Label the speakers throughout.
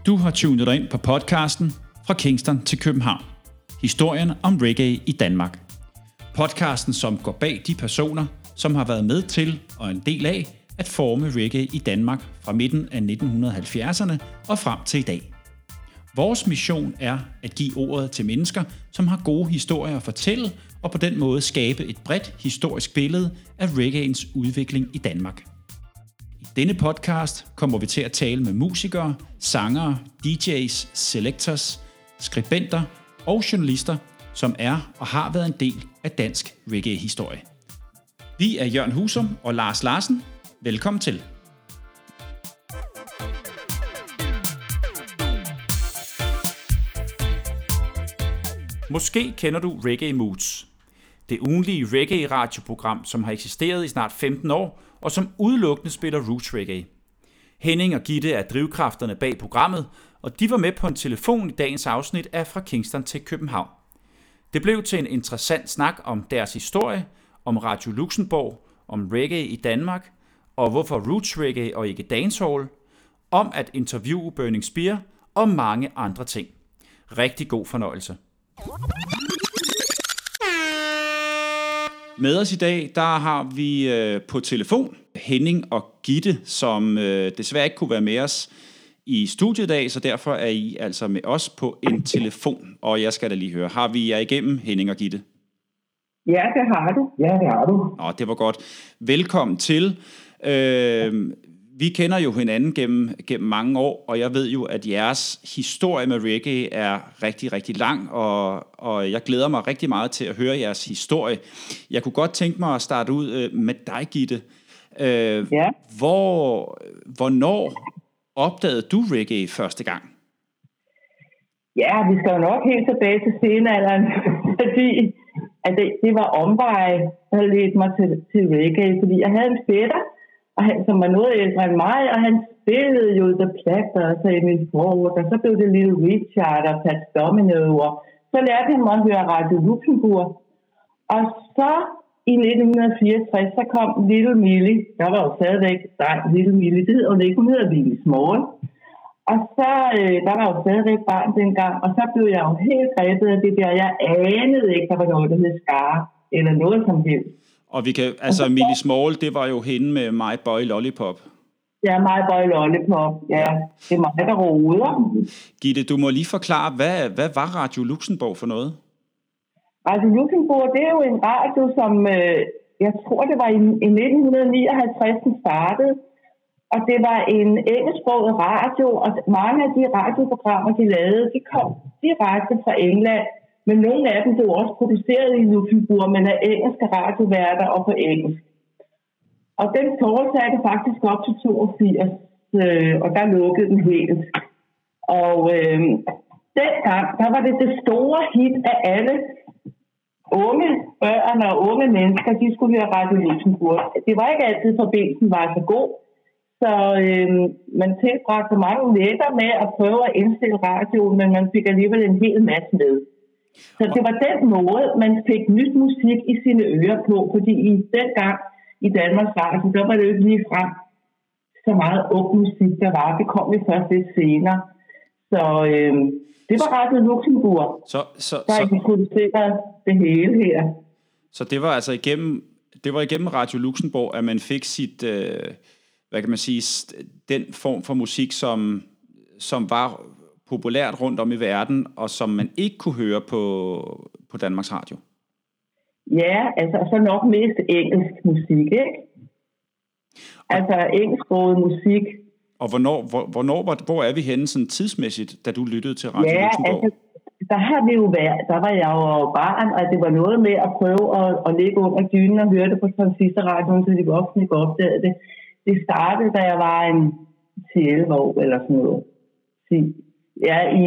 Speaker 1: Du har tunet dig ind på podcasten Fra Kingston til København. Historien om reggae i Danmark. Podcasten, som går bag de personer, som har været med til og en del af at forme reggae i Danmark fra midten af 1970'erne og frem til i dag. Vores mission er at give ordet til mennesker, som har gode historier at fortælle, og på den måde skabe et bredt historisk billede af reggaeens udvikling i Danmark. I denne podcast kommer vi til at tale med musikere, sangere, DJ's, selectors, skribenter og journalister, som er og har været en del af dansk reggae-historie. Vi er Jørgen Husum og Lars Larsen. Velkommen til. Måske kender du Reggae Moods. Det ugenlige reggae-radioprogram, som har eksisteret i snart 15 år, og som udelukkende spiller roots reggae. Henning og Gitte er drivkræfterne bag programmet, og de var med på en telefon i dagens afsnit af Fra Kingston til København. Det blev til en interessant snak om deres historie, om Radio Luxembourg, om reggae i Danmark, og hvorfor roots reggae og ikke dancehall, om at interviewe Burning Spear og mange andre ting. Rigtig god fornøjelse. Med os i dag, der har vi på telefon Henning og Gitte, som desværre ikke kunne være med os i studiet i dag, så derfor er I altså med os på en telefon. Og jeg skal da lige høre, har vi jer igennem, Henning og Gitte?
Speaker 2: Ja, det har du.
Speaker 1: Nå, det var godt. Velkommen til. Vi kender jo hinanden gennem mange år, og jeg ved jo, at jeres historie med reggae er rigtig, rigtig lang, og jeg glæder mig rigtig meget til at høre jeres historie. Jeg kunne godt tænke mig at starte ud med dig, Gitte.
Speaker 2: Ja.
Speaker 1: Hvornår opdagede du reggae første gang?
Speaker 2: Ja, vi skal jo nok helt tilbage til senalderen, fordi at det var omveje, der ledte mig til reggae, fordi jeg havde en fætter, og han, som var noget ældre end mig, og han spillede jo The Platters og Emil Forward, og så blev det Little Richard og Pat Domino, og så lærte han mig at høre Radio Luxembourg. Og så i 1964, så kom Little Millie, der var jo stadigvæk Little Millie, det hedder hun ikke, hun hedder Millie Small. Og så, der var jo stadigvæk barn dengang, og så blev jeg jo helt grebet af det der, jeg anede ikke, der var noget, der hed Skare, eller noget som helst.
Speaker 1: Og vi kan, altså Millie Small, det var jo hende med My Boy Lollipop.
Speaker 2: Ja, My Boy Lollipop, ja. Det er mig, der roder.
Speaker 1: Gitte, du må lige forklare, hvad var Radio Luxembourg for noget?
Speaker 2: Radio Luxembourg, det er jo en radio, som jeg tror, det var i 1959, den startede. Og det var en engelsksproget radio, og mange af de radioprogrammer, de lavede, de kom direkte fra England. Men nogle af dem blev også produceret i Luxembourg, men af engelske radioværter og på engelsk. Og den fortsatte faktisk op til 82, og der lukkede den helt. Og dengang, der var det store hit af alle unge børn og unge mennesker, de skulle høre Radio Luxembourg. Det var ikke altid, forbindelsen var så god. Så man tilbragte mange nætter med at prøve at indstille radioen, men man fik alligevel en hel masse med. Så det var den måde, man fik nyt musik i sine ører på, fordi dengang i Danmarks Radio, der var det jo ikke lige frem så meget ung musik, der var. Det kom jo først lidt senere. Så det var Radio Luxembourg, der introducerede det hele her.
Speaker 1: Så det var altså igennem Radio Luxembourg, at man fik sit, hvad kan man sige, den form for musik, som var populært rundt om i verden, og som man ikke kunne høre på Danmarks Radio?
Speaker 2: Ja, altså så nok mest engelsk musik, ikke? Altså engelsksproget musik.
Speaker 1: Og hvor er vi henne sådan tidsmæssigt, da du lyttede til Radio Luxembourg?
Speaker 2: Altså, der har vi jo været, der var jeg jo barn, og det var noget med at prøve at ligge under dynen og høre det på transistorradioen, så de voksne ikke opdagede det. Det startede, da jeg var en 11 år eller sådan noget. Ja, i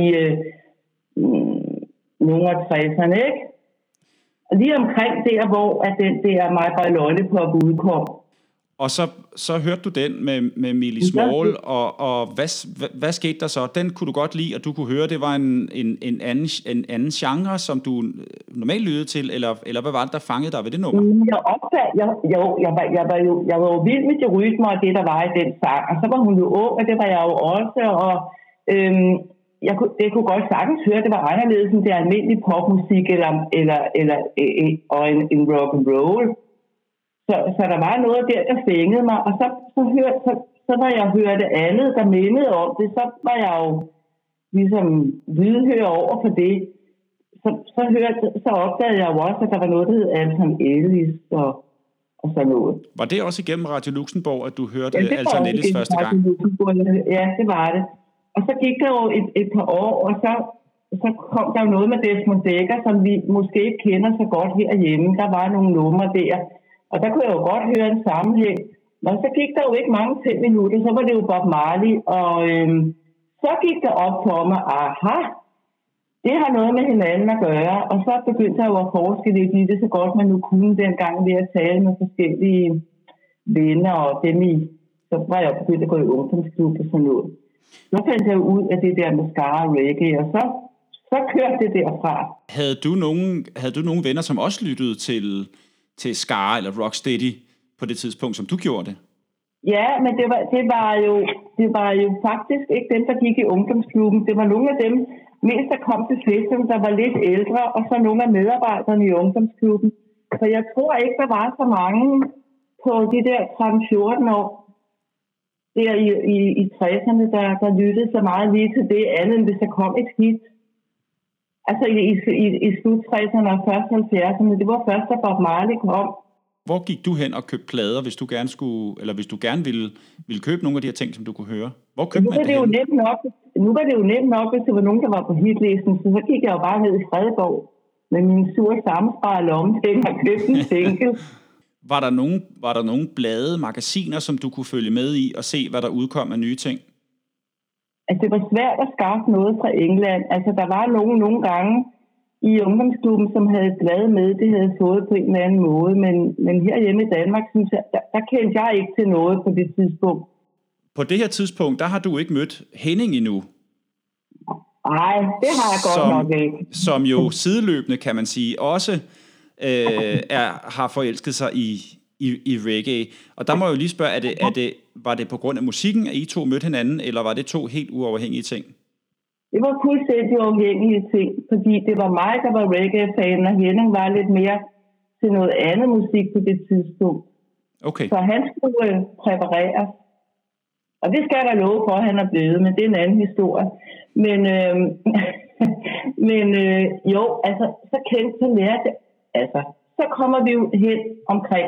Speaker 2: nogle af 60'erne, ikke? Og lige omkring der, hvor at den der My Boy Lollipop udkom.
Speaker 1: Og så hørte du den med Millie Small, og hvad skete der så? Den kunne du godt lide, og du kunne høre, det var en anden genre, som du normalt lyttede til, eller hvad var det, der fangede dig ved det nummer?
Speaker 2: Jeg var jo vild med de rytmer og det, der var i den sang, og så var hun jo ung, og det var jeg jo også, og Jeg kunne godt sagtens høre, at det var anderledes end det almindelige popmusik og en rock and roll. Så der var noget der fængede mig, og så når jeg hørte andet, der mindede om det, så var jeg jo ligesom lydhør over for det. Så opdagede jeg jo også, at der var noget, der hed Alton Ellis og sådan noget.
Speaker 1: Var det også igennem Radio Luxembourg, at du hørte Alton Ellis første gang?
Speaker 2: Ja, det var det. Og så gik der jo et par år, og så kom der jo noget med Desmond Dekker, som vi måske ikke kender så godt herhjemme. Der var nogle numre der, og der kunne jeg jo godt høre en sammenhæng. Men så gik der jo ikke mange 5 minutter, så var det jo Bob Marley, og så gik der op for mig, aha, det har noget med hinanden at gøre, og så begyndte jeg jo at forske lidt i det, så godt man nu kunne dengang ved at tale med forskellige venner, og så var jeg begyndt at gå i ungdomsklub og sådan noget. Så fandt jeg ud af det der med ska og reggae, og så kørte det derfra.
Speaker 1: Havde du nogle venner, som også lyttede til ska eller rocksteady på det tidspunkt, som du gjorde det?
Speaker 2: Ja, men det var jo faktisk ikke dem, der gik i ungdomsklubben. Det var nogle af dem, mest der kom til festen, der var lidt ældre, og så nogle af medarbejderne i ungdomsklubben. Så jeg tror ikke, der var så mange på de der 13-14 år, der i 60'erne, der lyttede så meget lige til det, andet end hvis der kom et hit. Altså i slut 60'erne og først 70'erne, det var først, da Bob Marley kom.
Speaker 1: Hvor gik du hen og købte plader, hvis du gerne ville købe nogle af de her ting, som du kunne høre? Hvor købte man det hen?
Speaker 2: Nu var det jo nemt nok, hvis det var nogen, der var på hitlisten, så gik jeg jo bare ned i Fredegård med mine sure sammensparede lommepenge og købte en single.
Speaker 1: Var der nogle blade, magasiner, som du kunne følge med i og se, hvad der udkom af nye ting?
Speaker 2: Altså, det var svært at skaffe noget fra England. Altså, der var nogle gange i ungdomsklubben, som havde et blad med, det havde fået på en eller anden måde. Men herhjemme i Danmark, synes jeg, der kendte jeg ikke til noget på det tidspunkt.
Speaker 1: På det her tidspunkt, der har du ikke mødt Henning endnu.
Speaker 2: Nej, det har jeg godt nok ikke.
Speaker 1: Som jo sideløbende, kan man sige, også har forelsket sig i reggae. Og der må jeg jo lige spørge, var det på grund af musikken, at I to mødte hinanden, eller var det to helt uafhængige ting?
Speaker 2: Det var fuldstændig uafhængige ting, fordi det var mig, der var reggae-fan, og Henning var lidt mere til noget andet musik på det tidspunkt.
Speaker 1: Okay.
Speaker 2: Så han skulle præpareres. Og det skal der love for, at han er blevet, men det er en anden historie. Men jo, altså, så lærte jeg, altså, så kommer vi jo hen omkring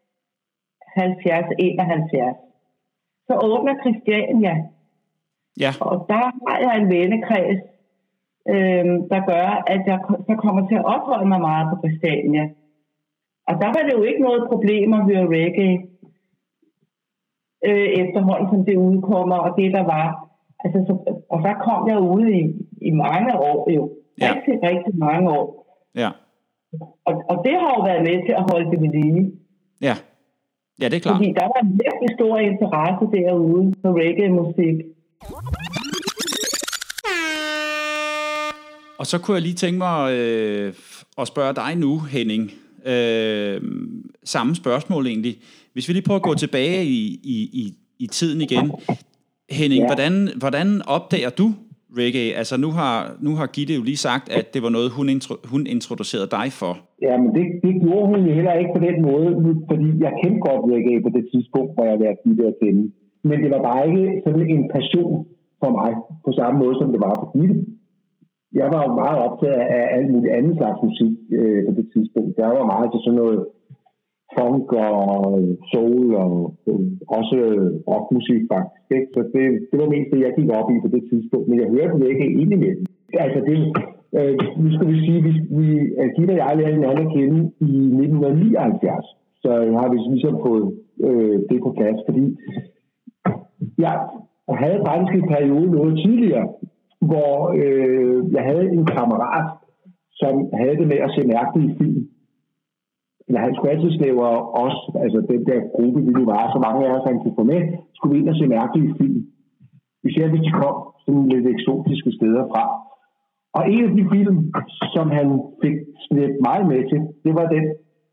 Speaker 2: 70-71. Så åbner Christiania.
Speaker 1: Ja.
Speaker 2: Og der har jeg en vennekreds, der gør, at jeg så kommer til at opholde mig meget på Christiania. Og der var det jo ikke noget problem at høre reggae efterhånden, som det udkommer, og det der var. Altså, og der kom jeg ude i mange år jo. Ja. Rigtig mange år.
Speaker 1: Ja.
Speaker 2: Og det har jo været med til at holde det ved lige.
Speaker 1: Ja. Ja, det er klart.
Speaker 2: Fordi der var en virkelig stor interesse derude for reggae-musik.
Speaker 1: Og så kunne jeg lige tænke mig at spørge dig nu, Henning. Samme spørgsmål egentlig. Hvis vi lige prøver at gå tilbage i tiden igen. Henning, ja. Hvordan opdager du reggae? Altså nu har Gitte jo lige sagt, at det var noget, hun introducerede dig for.
Speaker 3: Ja, men det gjorde hun jo heller ikke på den måde, fordi jeg kendte godt reggae på det tidspunkt, hvor jeg lærte Gitte at kende. Men det var bare ikke sådan en passion for mig, på samme måde som det var for Gitte. Jeg var jo meget optaget af alt muligt andet slags musik på det tidspunkt. Jeg var meget til sådan noget funk og soul og også rockmusik faktisk. Ikke? Så det var mest det, jeg gik op i på det tidspunkt. Men jeg hørte det ikke egentlig med det. Altså nu skal vi sige, at Gitte og jeg lærte hinanden at kende i 1979. Så har vi ligesom fået det på plads, fordi jeg havde faktisk en periode noget tidligere, hvor jeg havde en kammerat, som havde det med at se mærkelige film. Eller han skulle altid snævre os, altså den der gruppe, vi nu var, så mange af os, han kunne få med, skulle vi ind og se mærkelige film. Især hvis de kom sådan lidt eksotiske steder fra. Og en af de film, som han fik slæbt meget med til, det var den,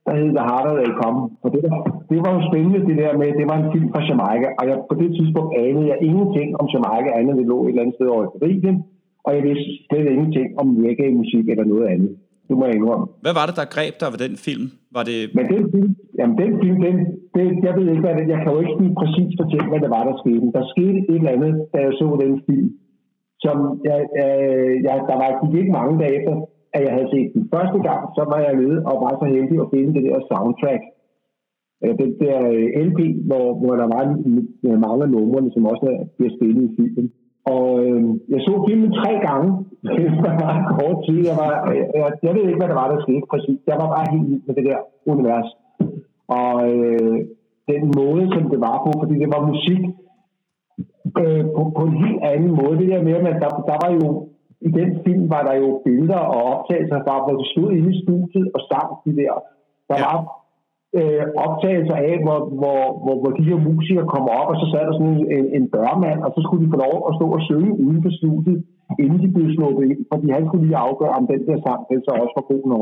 Speaker 3: der hed The Harder They Come. For det var jo spændende, det der med, det var en film fra Jamaica, og på det tidspunkt anede jeg ingenting om Jamaica, andet det lå et eller andet sted over i Caribien, og jeg vidste slet ingenting om reggae-musik eller noget andet. Det må jeg indrømme.
Speaker 1: Hvad var det, der greb dig ved den film? Var det...
Speaker 3: Men den film, jeg ved ikke, hvad det, jeg kan jo ikke præcis fortælle, hvad det var, der skete. Der skete et eller andet, da jeg så den film, som gik ikke mange dage efter, at jeg havde set den første gang, så var jeg nede og var så heldig at finde det der soundtrack. Den der LP, hvor der var mange af numrene, som også bliver spillet i filmen. Og jeg så filmen 3 gange. Det var meget kort tid. Jeg ved ikke, hvad der var, der skete præcis. Jeg var bare helt vild med det der univers. Og den måde, som det var på, fordi det var musik på en helt anden måde. Det der med, at der var jo, i den film var der jo billeder og optagelser fra, hvor de stod inde i studiet og sang de der. Der var optagelser af, hvor de her musikere kommer op, og så sad der sådan en dørmand, og så skulle de få lov at stå og synge uden for studiet, inden de blev sluppet ind, fordi han skulle lige afgøre, om den der sang, den så også var god nok.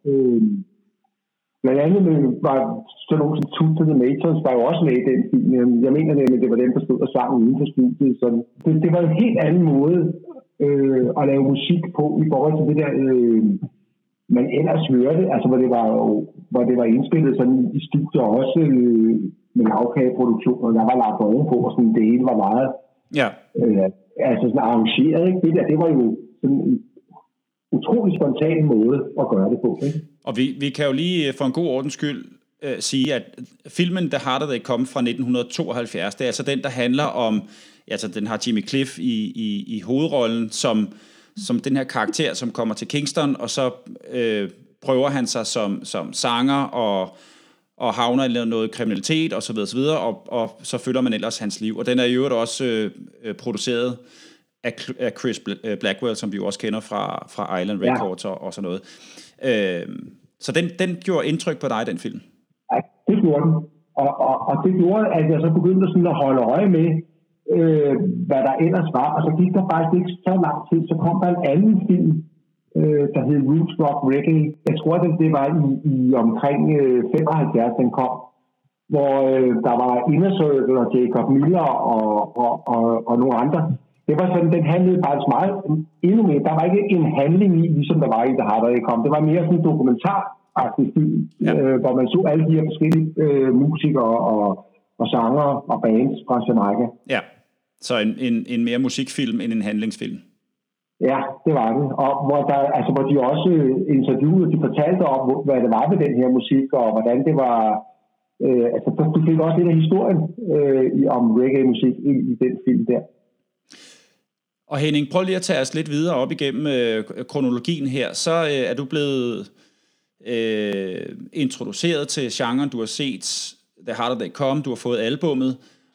Speaker 3: Blandt andet var sådan nogle som Toots and the Maytals, var jo også med i den film. Jeg mener nemlig, det var dem, der stod og sang uden for studiet. Så det var en helt anden måde at lave musik på, i forhold til det der... man ellers hørte, altså hvor det var indspillet sådan i studier også med lavkageproduktion, og der var lagt ovenpå, og sådan det hele var meget altså sådan arrangeret, ikke? Det var jo sådan en utrolig spontan måde at gøre det på, ikke?
Speaker 1: Og vi kan jo lige for en god ordens skyld sige, at filmen The Harder They Come fra 1972, det er altså den, der handler om, altså den har Jimmy Cliff i hovedrollen, som den her karakter, som kommer til Kingston, og så prøver han sig som sanger, og havner i noget kriminalitet, og så videre, og så følger man ellers hans liv. Og den er i øvrigt også produceret af Chris Blackwell, som vi jo også kender fra Island Records og sådan noget. Så den gjorde indtryk på dig, den film?
Speaker 3: Ja, det gjorde den. Og det gjorde, at jeg så begyndte sådan at holde øje med, hvad der ellers var, og så gik der faktisk ikke så lang tid, så kom der en anden film, der hed Roots Rock Reggae. Jeg tror, det var i omkring 75, den kom, hvor der var Inner Circle og Jacob Miller og nogle andre. Det var sådan, den handlede faktisk meget endnu mere. Der var ikke en handling i, ligesom der var i The Harder They Come. Det var mere sådan en dokumentaragtig film, hvor man så alle de her forskellige musikere og sanger og bands fra Jamaica.
Speaker 1: Ja, så en mere musikfilm end en handlingsfilm.
Speaker 3: Ja, det var det. Og hvor de også interviewede, de fortalte om, hvad det var ved den her musik, og hvordan det var... du fik også lidt af historien om reggae-musik i den film der.
Speaker 1: Og Henning, prøv lige at tage os lidt videre op igennem kronologien her. Så er du blevet introduceret til genren, du har set The Harder They Come, du har fået albummet.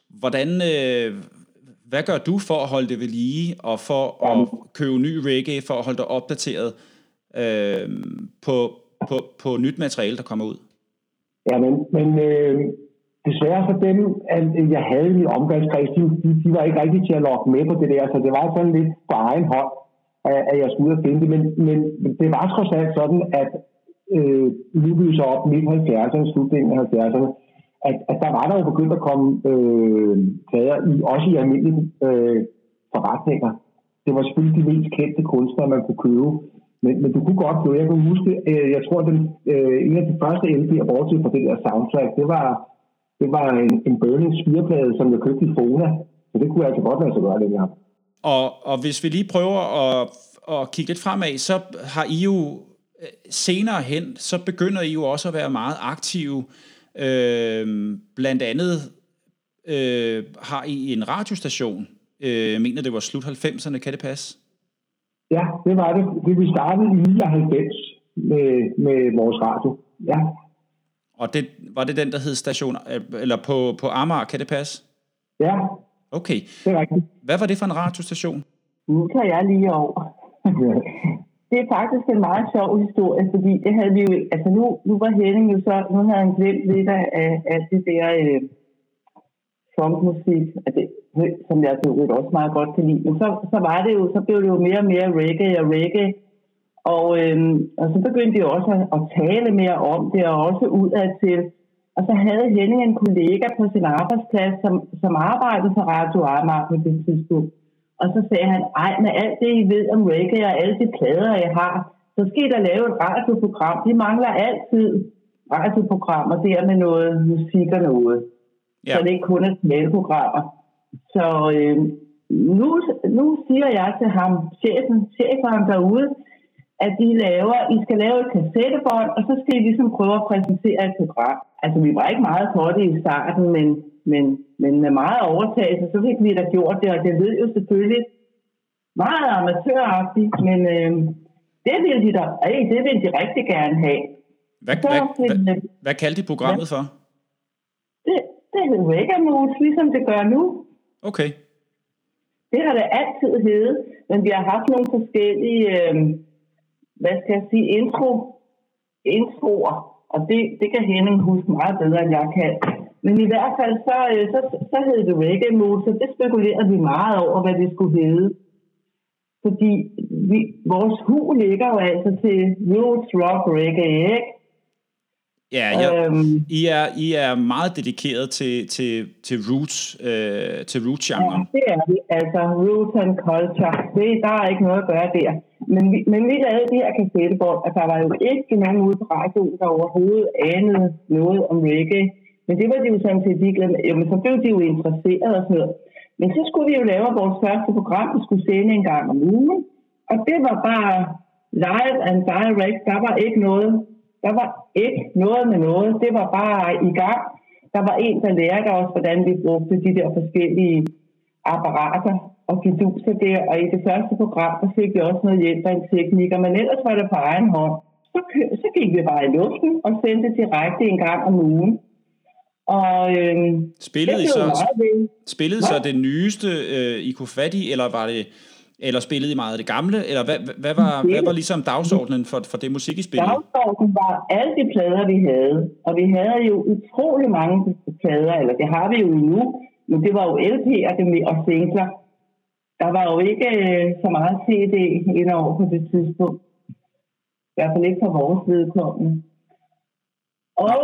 Speaker 1: Hvad gør du for at holde det ved lige, og for at købe ny reggae, for at holde dig opdateret på nyt materiale, der kommer ud? Ja,
Speaker 3: men desværre for dem, at jeg havde i min omgangskreds, de var ikke rigtig til at lokke med på det der, så det var sådan lidt på egen hånd, at jeg skulle ud og finde det, men det var trods alt sådan, at nu blev så op midt 70'erne, slutningen af 70'erne, at der var der jo begyndt at komme plader også i almindelige forretninger. Det var selvfølgelig de mest kendte kunstnere, man kunne købe, men du kunne godt købe. Jeg kan huske, jeg tror, en af de første LP'er bortset fra det der soundtrack, det var en Burning Spear-plade, som jeg købte i Fona. Så det kunne altså godt være så godt, det her.
Speaker 1: Og hvis vi lige prøver at kigge lidt fremad, så har I jo senere hen, så begynder I jo også at være meget aktive. Blandt andet har I en radiostation. Jeg mener, det var slut 90'erne. Kan det passe?
Speaker 3: Ja, det var det. Vi startede i 99 med vores radio. Ja.
Speaker 1: Og var det den, der hed station, eller på Amager, kan det passe?
Speaker 3: Ja.
Speaker 1: Okay.
Speaker 3: Det er rigtigt.
Speaker 1: Hvad var det for en radiostation?
Speaker 2: Nu tager jeg lige over. Det er faktisk en meget sjov historie, fordi det havde vi jo, altså nu var Henning jo så, nu havde han glemt lidt af det der funkmusik, som jeg også meget godt kan lide. Men så var det jo, så blev det jo mere og mere reggae, Og så begyndte de også at tale mere om det, og også udad til. Og så havde Henning en kollega på sin arbejdsplads, som arbejdede for Radio Amager på det tidspunkt. Og så sagde han, med alt det, I ved om reggae og alle de plader, jeg har, så skal I da lave et radioprogram. De mangler altid radioprogrammer der med noget musik og noget. Ja. Så det ikke kun er taleprogrammer. Så nu siger jeg til ham, chefen derude, at I skal lave et kassettebånd, og så skal I ligesom prøve at præsentere et program. Altså, vi var ikke meget for det i starten, men med meget overtagelse, så fik vi da gjort det, og det ved jo selvfølgelig meget amatøragtigt, men det ville de rigtig gerne have.
Speaker 1: Hvad kaldte de programmet for?
Speaker 2: Det hed Reggae Moods, ligesom det gør nu.
Speaker 1: Okay.
Speaker 2: Det har det altid heddet, men vi har haft nogle forskellige, introer, og det kan Henning huske meget bedre, end jeg kan. Men i hvert fald, så hed det Reggae Moods, så det spekulerede vi meget over, hvad det skulle hedde. Fordi vores hus ligger jo altså til Roots, Rock, Reggae, ikke?
Speaker 1: Ja, I er meget dedikeret til roots, til roots-genre.
Speaker 2: Ja, det er vi. Altså roots and culture. Der er ikke noget at gøre der. Men vi lavede de her kassettebånd, at der var jo ikke nogen ude på radioen, der overhovedet anede noget om reggae. Men det var de jo sådan set ligeglade med. Men så blev de jo interesseret og sådan noget. Men så skulle vi jo lave vores første program, vi skulle sende en gang om ugen. Og det var bare live and direct. Der var ikke noget med noget. Det var bare i gang. Der var en, der lærte os, hvordan vi brugte de der forskellige apparater og fiduser der. Og i det første program, der fik vi også noget hjælp af en tekniker. Men ellers var det på egen hånd. Så gik vi bare i luften og sendte direkte en gang om ugen. Og
Speaker 1: spillede så det nyeste, I kunne fat i, eller spillede I meget af det gamle? Eller hvad var ligesom dagsordenen for det musik, I spillede?
Speaker 2: Dagsordenen var alle de plader, vi havde. Og vi havde jo utrolig mange plader, eller det har vi jo nu, men det var jo LP'er og singler. Der var jo ikke så meget CD indover på det tidspunkt. I hvert fald ikke for vores vedkommende. Og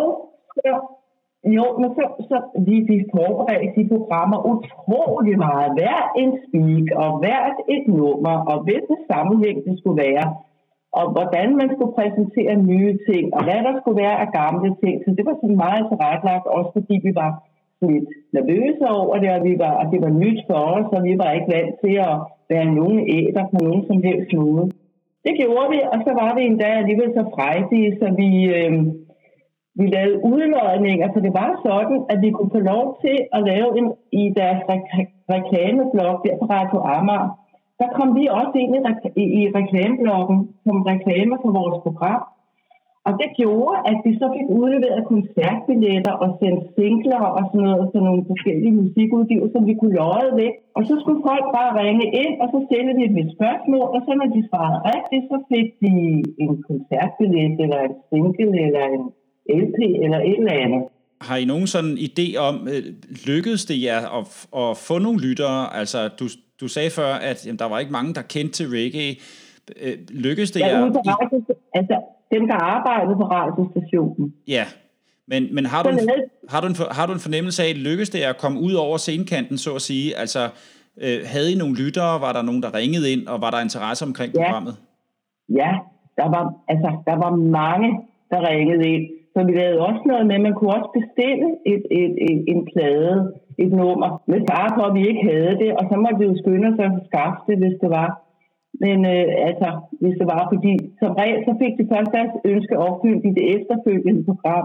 Speaker 2: så vi forberedte de programmer utrolig meget. Hver en speak, og hvert et nummer, og hvilken sammenhæng det skulle være, og hvordan man skulle præsentere nye ting, og hvad der skulle være af gamle ting. Så det var sådan meget tilrettelagt, også fordi vi var lidt nervøse over det, og det var nyt for os, og vi var ikke vant til at være nogen æder på nogen som helst måde. Det gjorde vi, og så var vi en dag alligevel så frejdige, så vi lavede udlodninger, så det var sådan, at vi kunne få lov til at lave i deres reklameblog der på Radio Amager. Der kom vi også ind i reklamebloggen som reklamer for vores program. Og det gjorde, at vi så fik udleveret koncertbilletter og sendt singler og sådan noget, så nogle forskellige musikudgivelser, som vi kunne lodde ved. Og så skulle folk bare ringe ind, og så stillede vi et spørgsmål, og så når de svarede rigtigt, så fik de en koncertbillet, eller en single, eller en LP eller et eller andet.
Speaker 1: Har I nogen sådan idé om, lykkedes det jer at få nogle lyttere? Altså, du sagde før, at der var ikke mange, der kendte til reggae. Lykkedes det jer?
Speaker 2: Altså, dem, der arbejdede på radiostationen.
Speaker 1: Ja, men har du en fornemmelse af, lykkedes det jer at komme ud over scenekanten, så at sige? Altså, havde I nogle lyttere? Var der nogen, der ringede ind, og var der interesse omkring programmet?
Speaker 2: Ja, der var mange, der ringede ind. Så vi lavede også noget med, at man kunne også bestille en plade, et nummer, med fare for, at vi ikke havde det, og så måtte vi jo skynde os at skaffe det, hvis det var. Men hvis det var, fordi som regel, så fik de først deres ønske opfyldt i det efterfølgende program.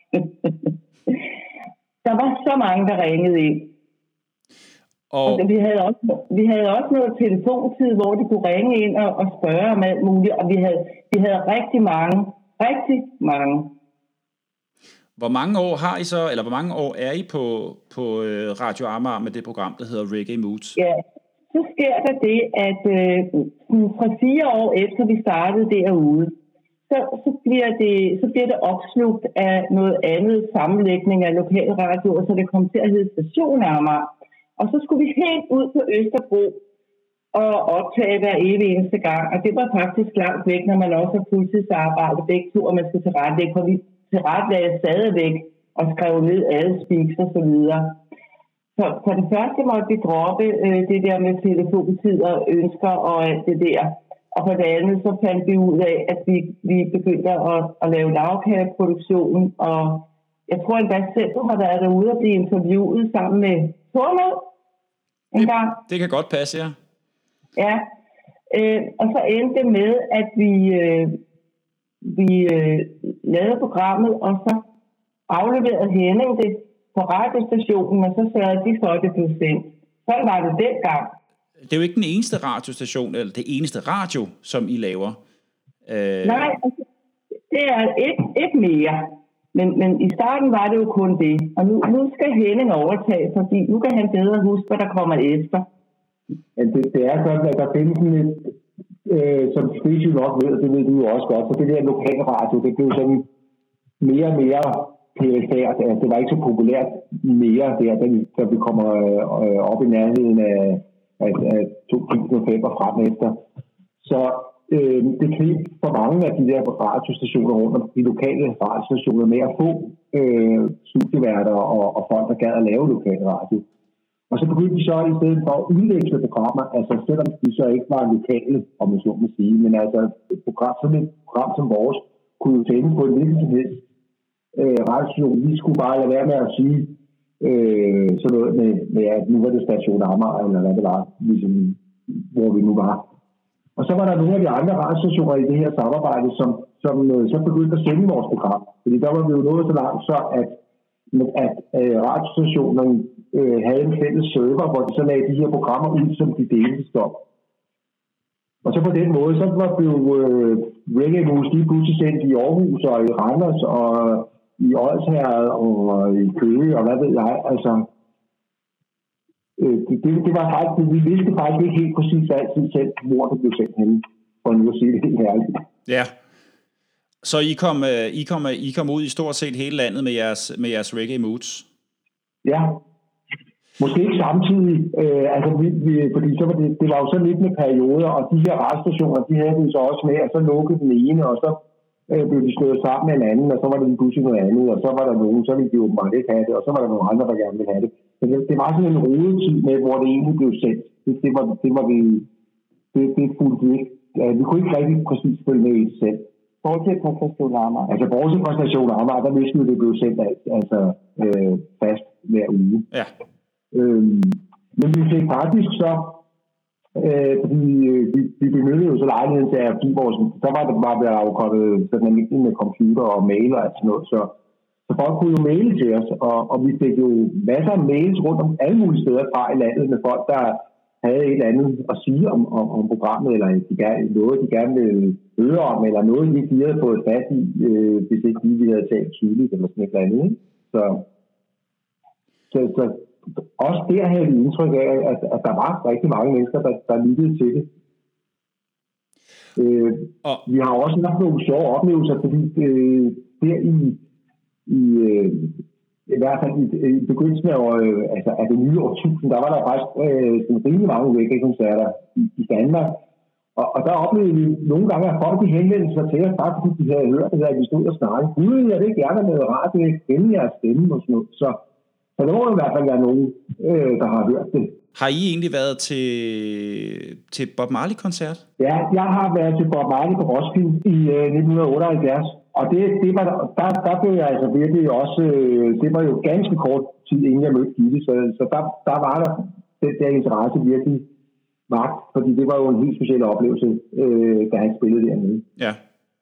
Speaker 2: Der var så mange, der ringede ind. Og vi havde også noget telefontid, hvor de kunne ringe ind og spørge om alt muligt, og vi havde rigtig mange.
Speaker 1: Hvor mange år har I så, eller hvor mange år er I på Radio Amager med det program, der hedder Reggae Moods?
Speaker 2: Ja, så sker der det, at fra 4 år efter vi startede derude, så bliver det opslugt af noget andet sammenlægning af lokalradioer, så det kom til at hedde Station Amager. Og så skulle vi helt ud på Østerbro og optage hver evig eneste gang. Og det var faktisk langt væk, når man også har fuldtidsarbejde begge to, og man skal tilrettelægge, for vi tilrettelagde stadigvæk og skrev ned alle speaks og så videre. Så for det første måtte vi droppe det der med telefontid og ønsker og alt det der. Og for det andet så fandt vi ud af, at vi begyndte at lave lavkageproduktion. Og jeg tror endda selv, du har været derude og blive interviewet sammen med Tormod en gang.
Speaker 1: Det kan godt passe, ja.
Speaker 2: Ja, og så endte det med, at vi lavede programmet, og så afleverede Henning det på radiostationen, og så sørgede de for, at det blev sendt. Sådan var det dengang.
Speaker 1: Det er jo ikke den eneste radiostation, eller det eneste radio, som I laver.
Speaker 2: Nej, altså, det er ikke mere. Men i starten var det jo kun det. Og nu skal Henning overtage, fordi nu kan han bedre huske, hvad der kommer efter.
Speaker 3: Det er sådan, at der findes lidt, som Specie nok ved, det ved du jo også godt, så det der lokale radio, det blev sådan mere og mere perifært. Altså, det var ikke så populært mere der, da vi kommer op i nærheden af 2005 og frem efter. Så det kneb for mange af de der radiostationer rundt om de lokale radiostationer med at få studieværter og folk, der gad at lave lokale radio. Og så begyndte vi så i stedet for at udvikle programmer, altså selvom de så ikke var lokale, om man så må sige, men altså et program som vores kunne jo tænke på en hvilken som helst radiostation. Vi skulle bare lade være med at sige sådan noget med, at nu var det Station Amager, eller hvad det var, ligesom, hvor vi nu var. Og så var der nogle af de andre radiostationer i det her samarbejde, som så begyndte at sende vores program. Fordi der var vi jo nået så langt, så at radiostationerne havde en fælles server, hvor de så lagde de her programmer ud, som de delte om. Og så på den måde, så var det jo Reggae Moose lige pludselig sendt i Aarhus og i Randers og i Odsherred og i Køge og hvad ved jeg. Altså, det var faktisk, vi vidste faktisk ikke helt præcis altid selv, hvor det blev sendt henne, for nu at sige det helt ærligt.
Speaker 1: Ja. Så I kom ud i stort set hele landet med jeres Reggae Moods?
Speaker 3: Ja. Måske ikke samtidig, altså fordi så var det var jo så lidt med perioder, og de her radiostationer, de havde vi så også med, og så lukkede den ene, og så blev de slået sammen med en anden, og så var det lige pludselig noget andet, og så var der nogen, så ville de åbenbart ikke have det, og så var der nogle andre, der gerne ville have det. Men det var sådan en rodetid med, hvor det egentlig blev sendt. Det fulgte vi ikke. Vi kunne ikke rigtig præcis følge med i det selv.
Speaker 2: Bortset fra Station Amager.
Speaker 3: Altså bortset fra Station Amager, der vidste vi, at det blev sendt altså fast hver uge.
Speaker 1: Ja.
Speaker 3: Men vi fik faktisk så, fordi vi benyttede jo så lejligheden til at give vores, så var der jo kommet sådan en med computer og mail og alt sådan noget, så folk kunne jo maile til os, og vi fik jo masser af mails rundt om alle mulige steder fra i landet med folk, der havde et eller andet at sige om programmet, eller noget, de gerne ville høre om, eller noget, de ikke havde fået fat i, hvis ikke vi havde talt tydeligt, eller sådan et eller andet. Så også der havde vi indtryk af, at der var rigtig mange mennesker, der lyttede til det. Vi har også haft nogle sjove oplevelser, fordi der i hvert fald i begyndelsen af det nye årtusind, der var der faktisk sådan rimelig mange reggae-koncerter i Danmark. Og der oplevede vi nogle gange, at folk henvendte sig til os, bare fordi de havde hørt det der, at vi stod og snakkede. Gud, jeg vil gerne med radio, jeg kender jeres stemme og sådan noget. Så der må i hvert fald være nogen, der har hørt det.
Speaker 1: Har I egentlig været til Bob Marley-koncert?
Speaker 3: Ja, jeg har været til Bob Marley på Roskilde i 1978. Og det var der blev jeg altså virkelig også, det var jo ganske kort tid, inden jeg mødte Gitte, så der var der den der interesse virkelig magt, fordi det var jo en helt speciel oplevelse, da han spillede dernede.
Speaker 1: Ja.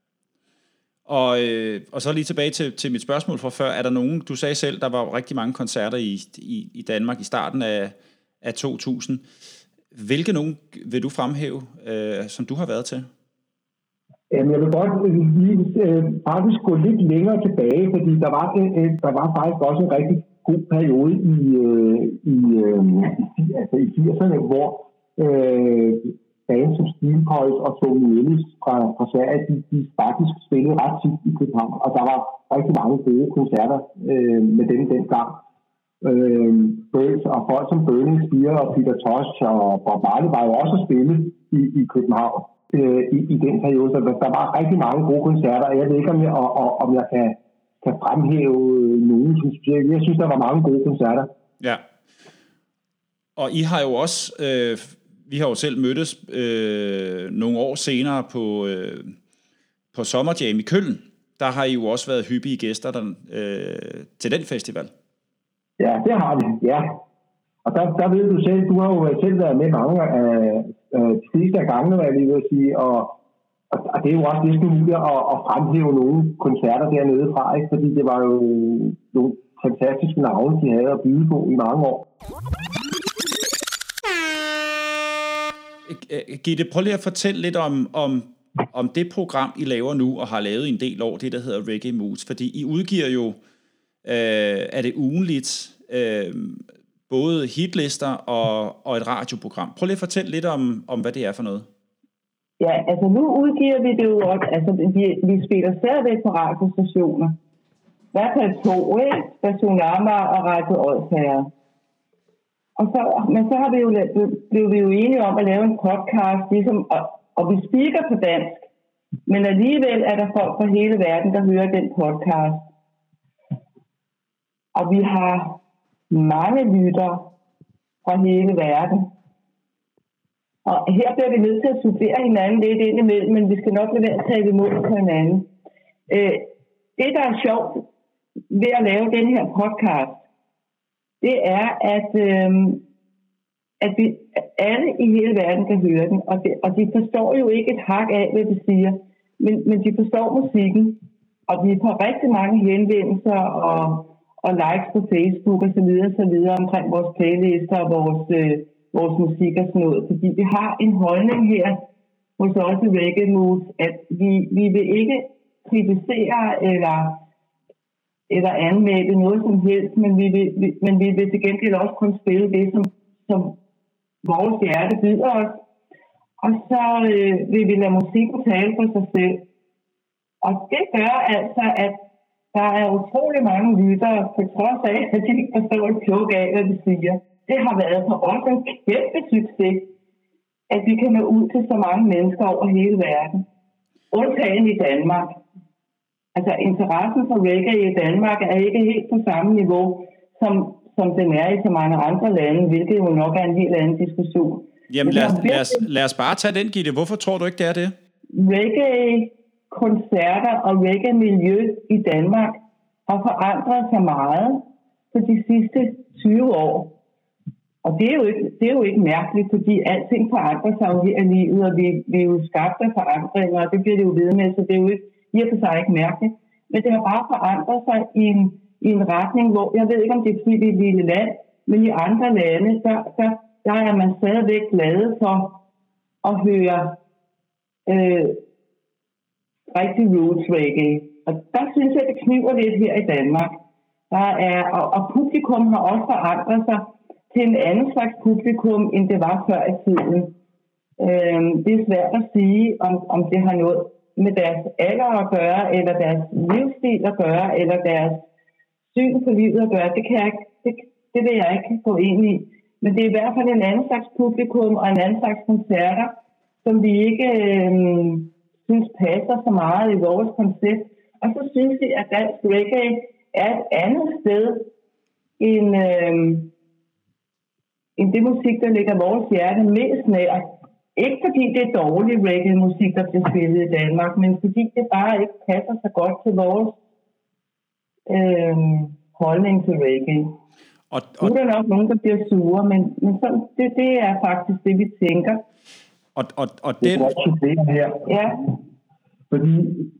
Speaker 1: Og så lige tilbage til mit spørgsmål fra før. Er der nogen, du sagde selv, der var rigtig mange koncerter i Danmark i starten af 2000. Hvilke nogen vil du fremhæve, som du har været til?
Speaker 3: Jeg vil godt lige faktisk gå lidt længere tilbage, fordi der var faktisk også en rigtig god periode i 80'erne, hvor bands som Steel Pulse og Tony Ellis fra Sverige, de faktisk spillede ret tit i København, og der var rigtig mange gode koncerter med dem dengang. Birds og folk som Burning Spear og Peter Tosh og Bob Marley var jo også at spille i København i den periode. Så der var rigtig mange gode koncerter, og jeg ved ikke, om jeg kan fremhæve nogen. Jeg synes, der var mange gode koncerter.
Speaker 1: Ja. Og I har jo også, vi har jo selv mødtes nogle år senere på Summer Jam i Køln. Der har I jo også været hyppige gæster til den festival.
Speaker 3: Ja, det har vi, ja. Og der ved du selv, du har jo selv været med mange af de fleste af gangene, hvad jeg lige vil sige, og det er jo også næsten muligt at fremhæve nogle koncerter dernede fra, ikke? Fordi det var jo nogle fantastiske navne, de havde at byde på i mange år.
Speaker 1: Gitte, prøv lige at fortælle lidt om det program, I laver nu, og har lavet i en del år, det der hedder Reggae Moods, fordi I udgiver jo, er det ugenligt, både hitlister og et radioprogram. Prøv lige at fortælle lidt om hvad det er for noget.
Speaker 2: Ja, altså nu udgiver vi det jo også, altså vi spiller stadigvæk på radiostationer. I hvert fald 2, ikke? Station Amager og Radio Odsherred. Men så har vi jo enige om at lave en podcast, ligesom, og vi speaker på dansk, men alligevel er der folk fra hele verden, der hører den podcast. Og vi har mange lyttere fra hele verden. Og her bliver vi nødt til at supplere hinanden lidt indimellem, men vi skal nok lade være at tage imod på hinanden. Det, der er sjovt ved at lave den her podcast, det er, at vi alle i hele verden kan høre den, og de forstår jo ikke et hak af, hvad vi siger, men de forstår musikken, og vi får rigtig mange henvendelser og likes på Facebook og så videre omkring vores playlister og vores musik og sådan noget, fordi vi har en holdning her hos os i Reggae Moods, at vi vil ikke kritisere eller anmelde noget som helst, men vi vil til gengæld også kun spille det, som vores hjerte byder os. Og så vil vi lade musikken tale for sig selv. Og det gør altså, at der er utrolig mange lyttere, på trods af, at de ikke forstår et pluk af, hvad vi siger. Det har været for os en kæmpe succes, at vi kan nå ud til så mange mennesker over hele verden. Undtagen i Danmark. Altså interessen for reggae i Danmark er ikke helt på samme niveau, som den er i så mange andre lande, hvilket jo nok er en helt anden diskussion.
Speaker 1: Jamen lad os bare tage den, Gitte. Hvorfor tror du ikke, det er det?
Speaker 2: Reggae-koncerter og reggae-miljø i Danmark har forandret sig meget på de sidste 20 år. Og det er jo ikke mærkeligt, fordi alting forandrer sig jo her i livet, og vi er jo skabt af forandringer, og det bliver det jo ved med, så det er jo ikke, i og for sig ikke mærkeligt. Men det har bare forandret sig i en retning, hvor, jeg ved ikke om det er fordi det er et lille land, men i andre lande, der er man stadigvæk glade for at høre rigtig roots reggae. Og der synes jeg, det kniber lidt her i Danmark. Og publikum har også forandret sig til en anden slags publikum, end det var før i tiden. Det er svært at sige, om det har noget med deres alder at gøre, eller deres livsstil at gøre, eller deres syn på livet at gøre. Det vil jeg ikke gå ind i. Men det er i hvert fald en anden slags publikum og en anden slags koncerter, som vi ikke synes passer så meget i vores koncept. Og så synes vi, at dansk reggae er et andet sted end det musik, der ligger vores hjerte mest nær. Ikke fordi det er dårlig reggae-musik, der bliver spillet i Danmark, men fordi det bare ikke passer så godt til vores holdning til reggae. Nu er der nok nogen, der bliver sure, men sådan, det er faktisk det, vi tænker.
Speaker 1: Og det
Speaker 3: er også det her.
Speaker 2: Ja.
Speaker 3: Fordi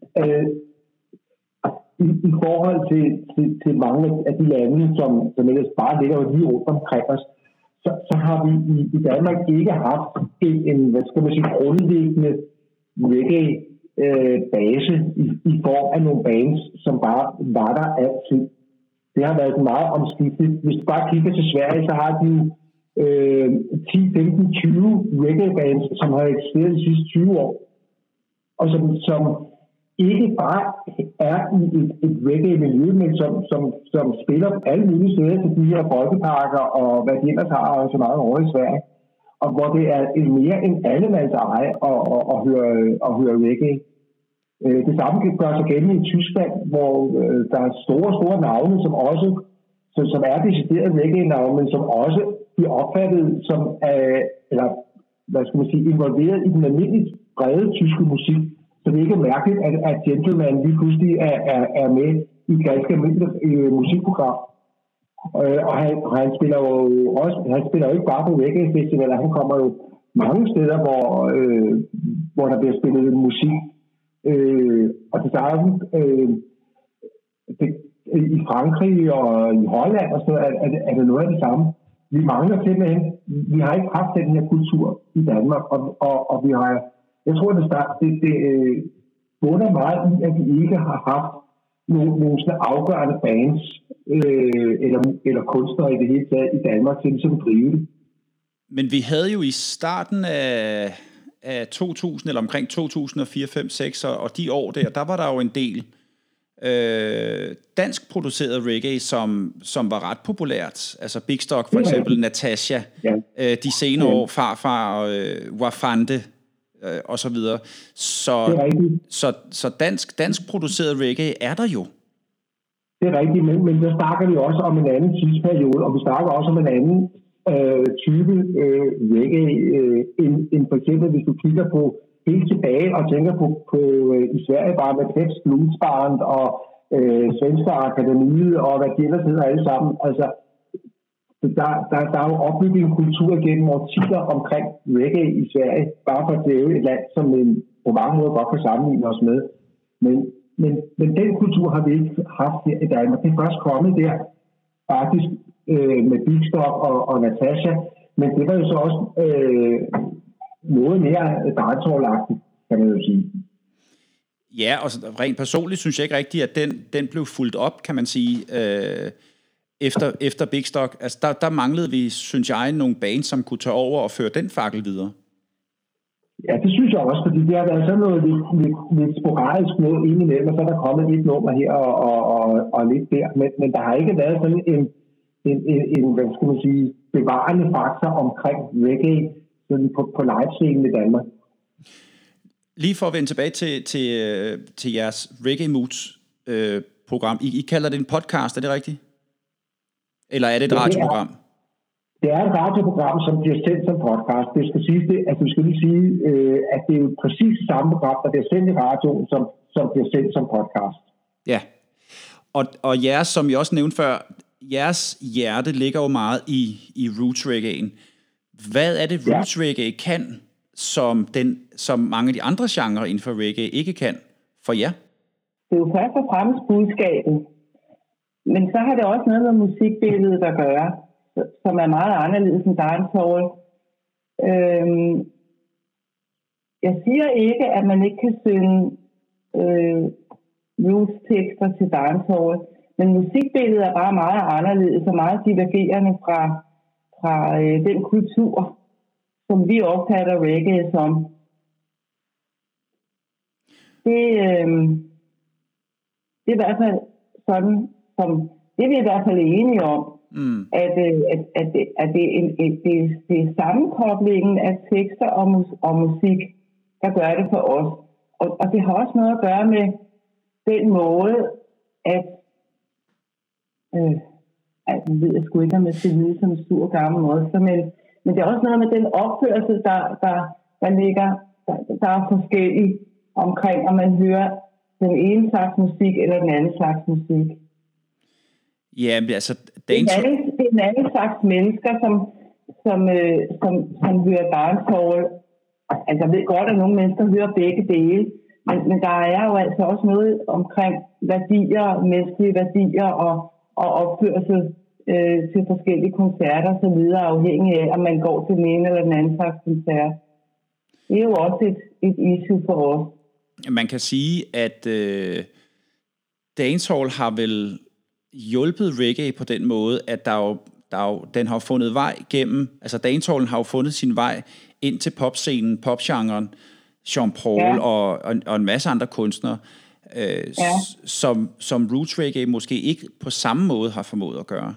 Speaker 3: i forhold til mange af de lande, som ellers bare ligger lige rundt omkring os, så har vi i Danmark ikke haft en hvad skal man sige, grundlæggende reggae-base i form af nogle bands, som bare var der altid. Det har været meget omskiftet. Hvis du bare kigger til Sverige, så har de 10, 15, 20 reggae-bands, som har eksisteret de sidste 20 år, og som ikke bare er i et reggae-miljø, men som spiller alle mulige steder til de her folkeparker og hvad de ellers har så meget over i Sverige. Og hvor det er mere end allemands eje at høre reggae. Det samme kan gøre sig gældende i Tyskland, hvor der er store navne, som er decideret reggae-navne, men som også bliver opfattet som, eller hvad skal man sige, involveret i den almindelige brede tyske musik. Så det er ikke mærkeligt, at Gentleman lige pludselig er med i et ganske almindeligt musikprogram. Og han spiller jo ikke bare på reggae-festivaler, han kommer jo mange steder, hvor der bliver spillet musik. Og til starten i Frankrig og i Holland og så er det noget af det samme. Vi mangler simpelthen, vi har ikke haft den her kultur i Danmark, og vi har, jeg tror det bunder meget i, at vi ikke har haft nogle sådan afgørende bands eller kunstnere i det hele taget i Danmark til ligesom at drive det.
Speaker 1: Men vi havde jo i starten af 2000, eller omkring 2004, 5, 6, og de år der var der jo en del dansk produceret reggae, som var ret populært. Altså Big Stock for eksempel, Natasha,
Speaker 3: ja.
Speaker 1: De senere år, Farfar, Wafande og så videre. Så dansk produceret reggae er der jo.
Speaker 3: Det er rigtigt, men så snakker vi også om en anden tidsperiode, og vi snakker også om en anden type reggae, end for eksempel, hvis du kigger på helt tilbage og tænker på i Sverige bare med Peps Blues Band og Svenska Akademiet og hvad de ellers hedder alle sammen. Altså, der er jo opbygget en kultur gennem årtier omkring reggae i Sverige, bare for at det er jo et land, som på mange måder godt kan sammenligne os med. Men den kultur har vi ikke haft her i Danmark. Det er først kommet der, faktisk med Big Stock og Natasha, men det var jo så også noget mere dansehall-agtigt, kan man jo sige.
Speaker 1: Ja, og rent personligt synes jeg ikke rigtigt, at den blev fulgt op, kan man sige, efter Big Stock. Altså der manglede vi, synes jeg, nogle bands, som kunne tage over og føre den fakkel videre.
Speaker 3: Ja, det synes jeg også, fordi det har været sådan noget lidt sporadisk noget indimellem, og så er der kommet et nummer her og lidt der, men der har ikke været sådan en hvad skal man sige, bevarende faktor omkring reggae sådan på livescenen i Danmark.
Speaker 1: Lige for at vende tilbage til jeres Reggae Moods program. I kalder det en podcast, er det rigtigt? Eller er det et radioprogram?
Speaker 3: Det er et radioprogram, som bliver sendt som podcast. Det skal sige, vi skal lige sige, at det er jo præcis det samme program, der bliver sendt i radioen, som bliver sendt som podcast.
Speaker 1: Ja, og jeres, som jeg også nævnte før, jeres hjerte ligger jo meget i roots reggae'en. Hvad er det roots reggae kan, som mange af de andre genrer inden for reggae ikke kan for jer?
Speaker 2: Det er jo først og fremmest budskabet. Men så har det også noget med musikbilledet at gøre, som er meget anderledes end dancehall. Jeg siger ikke, at man ikke kan synge roots-tekster til dancehall, men musikbilledet er bare meget anderledes og meget divergerende fra den kultur, som vi opfatter reggae som. Det er i hvert fald sådan, som det er vi i hvert fald enige om, at det er sammenkoblingen af tekster og musik, der gør det for os. Og det har også noget at gøre med den måde, at jeg ved jeg sgu ikke, om jeg skal vide som en stor gammel monster, men det er også noget med den opførsel, der ligger, der er forskellig omkring, om man hører den ene slags musik eller den anden slags musik.
Speaker 1: Ja, men altså...
Speaker 2: Det er en anden slags mennesker, som hører dancehall. Altså, jeg ved godt, at nogle mennesker hører begge dele, men der er jo altså også noget omkring værdier, menneskelige værdier og opførsel til forskellige koncerter, så videre, afhængig af, om man går til den ene eller den anden slags koncert. Det er jo også et issue for os.
Speaker 1: Man kan sige, at dancehall har vel hjulpet reggae på den måde, at den har fundet vej gennem, altså dancehallen har jo fundet sin vej ind til popscenen, popgenren, Jean Paul og en masse andre kunstnere. som roots reggae måske ikke på samme måde har formået at gøre.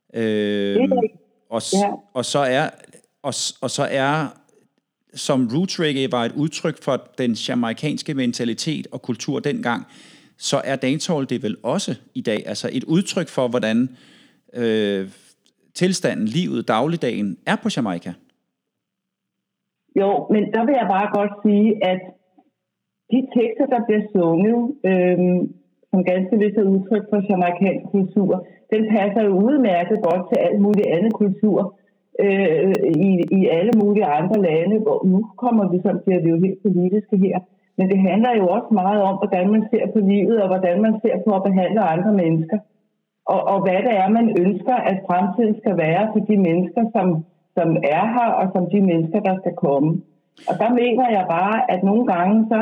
Speaker 1: Og så er som roots reggae var et udtryk for den jamaikanske mentalitet og kultur dengang, så er dancehall det vel også i dag, altså et udtryk for, hvordan tilstanden, livet, dagligdagen er på Jamaica.
Speaker 2: Jo, men der vil jeg bare godt sige, at de tekster, der bliver sunget, som ganske vist er udtryk for jamaikansk kultur, den passer jo udmærket godt til alt muligt andet kultur i alle mulige andre lande. Hvor nu kommer vi så til at blive helt politiske her. Men det handler jo også meget om, hvordan man ser på livet, og hvordan man ser på at behandle andre mennesker. Og hvad det er, man ønsker, at fremtiden skal være for de mennesker, som er her, og som de mennesker, der skal komme. Og der mener jeg bare, at nogle gange, så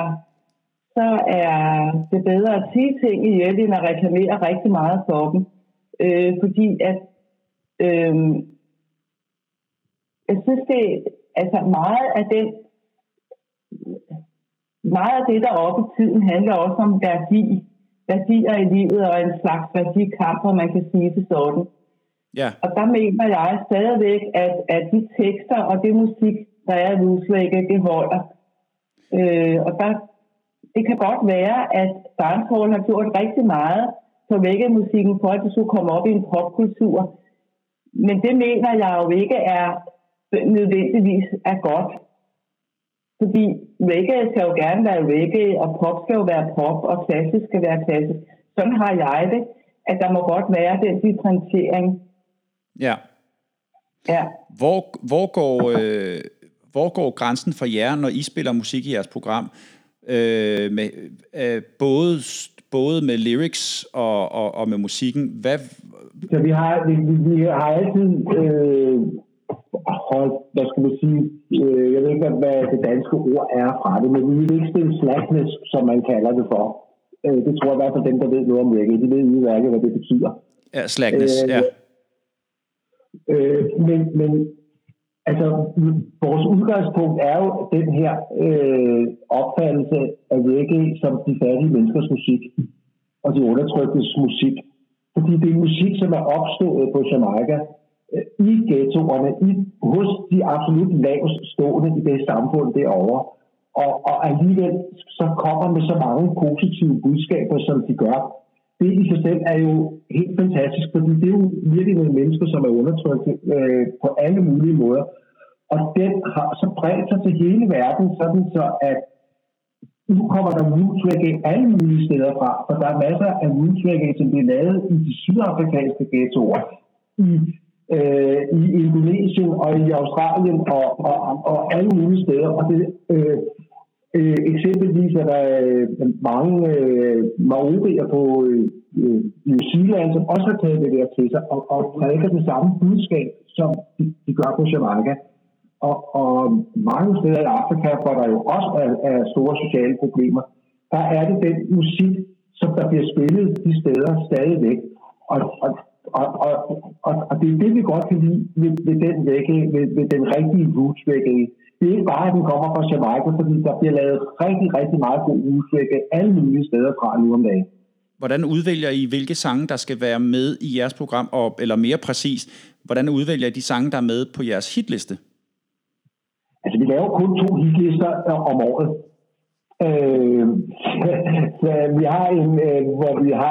Speaker 2: er det bedre at sige ting i hjælp, end at reklamere rigtig meget for dem. Fordi at jeg synes, altså meget af det, der oppe i tiden, handler også om værdier i livet, og en slags værdikamp, hvor man kan sige det sådan.
Speaker 1: Yeah.
Speaker 2: Og der mener jeg stadigvæk, at de tekster og det musik, der er i roots reggae, det holder. Og det kan godt være, at dancehall har gjort rigtig meget på reggae-musikken, for at det skulle komme op i en popkultur. Men det mener jeg jo ikke er nødvendigvis er godt. Fordi reggae skal jo gerne være reggae, og pop skal jo være pop, og klassisk skal være klassisk. Sådan har jeg det, at der må godt være den differentiering.
Speaker 1: Ja.
Speaker 2: Ja.
Speaker 1: Hvor går grænsen for jer, når I spiller musik i jeres program? Med både med lyrics og med musikken.
Speaker 3: Så vi har altid holdt, hvad skal man sige, jeg ved ikke, hvad det danske ord er fra det, men vi vil ikke spille slackness, som man kalder det for. Det tror jeg i hvert fald dem, der ved noget om reggae. De ved udmærket, hvad det betyder.
Speaker 1: Ja, slackness, ja.
Speaker 3: Men altså, vores udgangspunkt er jo den her opfattelse af reggae som de fattige menneskers musik og de undertryktes musik. Fordi det er musik, som er opstået på Jamaica i ghettoerne, hos de absolut lavest stående i det samfund derovre. Og alligevel så kommer med så mange positive budskaber, som de gør. Det i sig selv er jo helt fantastisk, fordi det er jo virkelig nogle mennesker, som er undertrykt på alle mulige måder. Og den har så bredt sig til hele verden, sådan så at nu kommer der roots reggae alle mulige steder fra, for der er masser af roots reggae, som bliver lavet i de sydafrikanske ghettoer, i Indonesien og i Australien og alle mulige steder. Og det eksempelvis er der mange maorier på New Zealand, som også har taget det der til sig og prædiker det samme budskab, som de gør på Jamaica. Og mange steder i Afrika, hvor der jo også er store sociale problemer, der er det den musik, som der bliver spillet de steder stadigvæk. Og det er det, vi godt kan lide ved den reggae, ved den rigtige roots reggae. Det er ikke bare, at den kommer fra Jamaica, fordi der bliver lavet rigtig, rigtig meget god roots reggae alle mulige steder fra nu om dagen.
Speaker 1: Hvordan udvælger I, hvilke sange, der skal være med i jeres program, eller mere præcis, hvordan udvælger I de sange, der er med på jeres hitliste?
Speaker 3: Altså, vi laver kun 2 hitlister om året. Vi har hvor vi har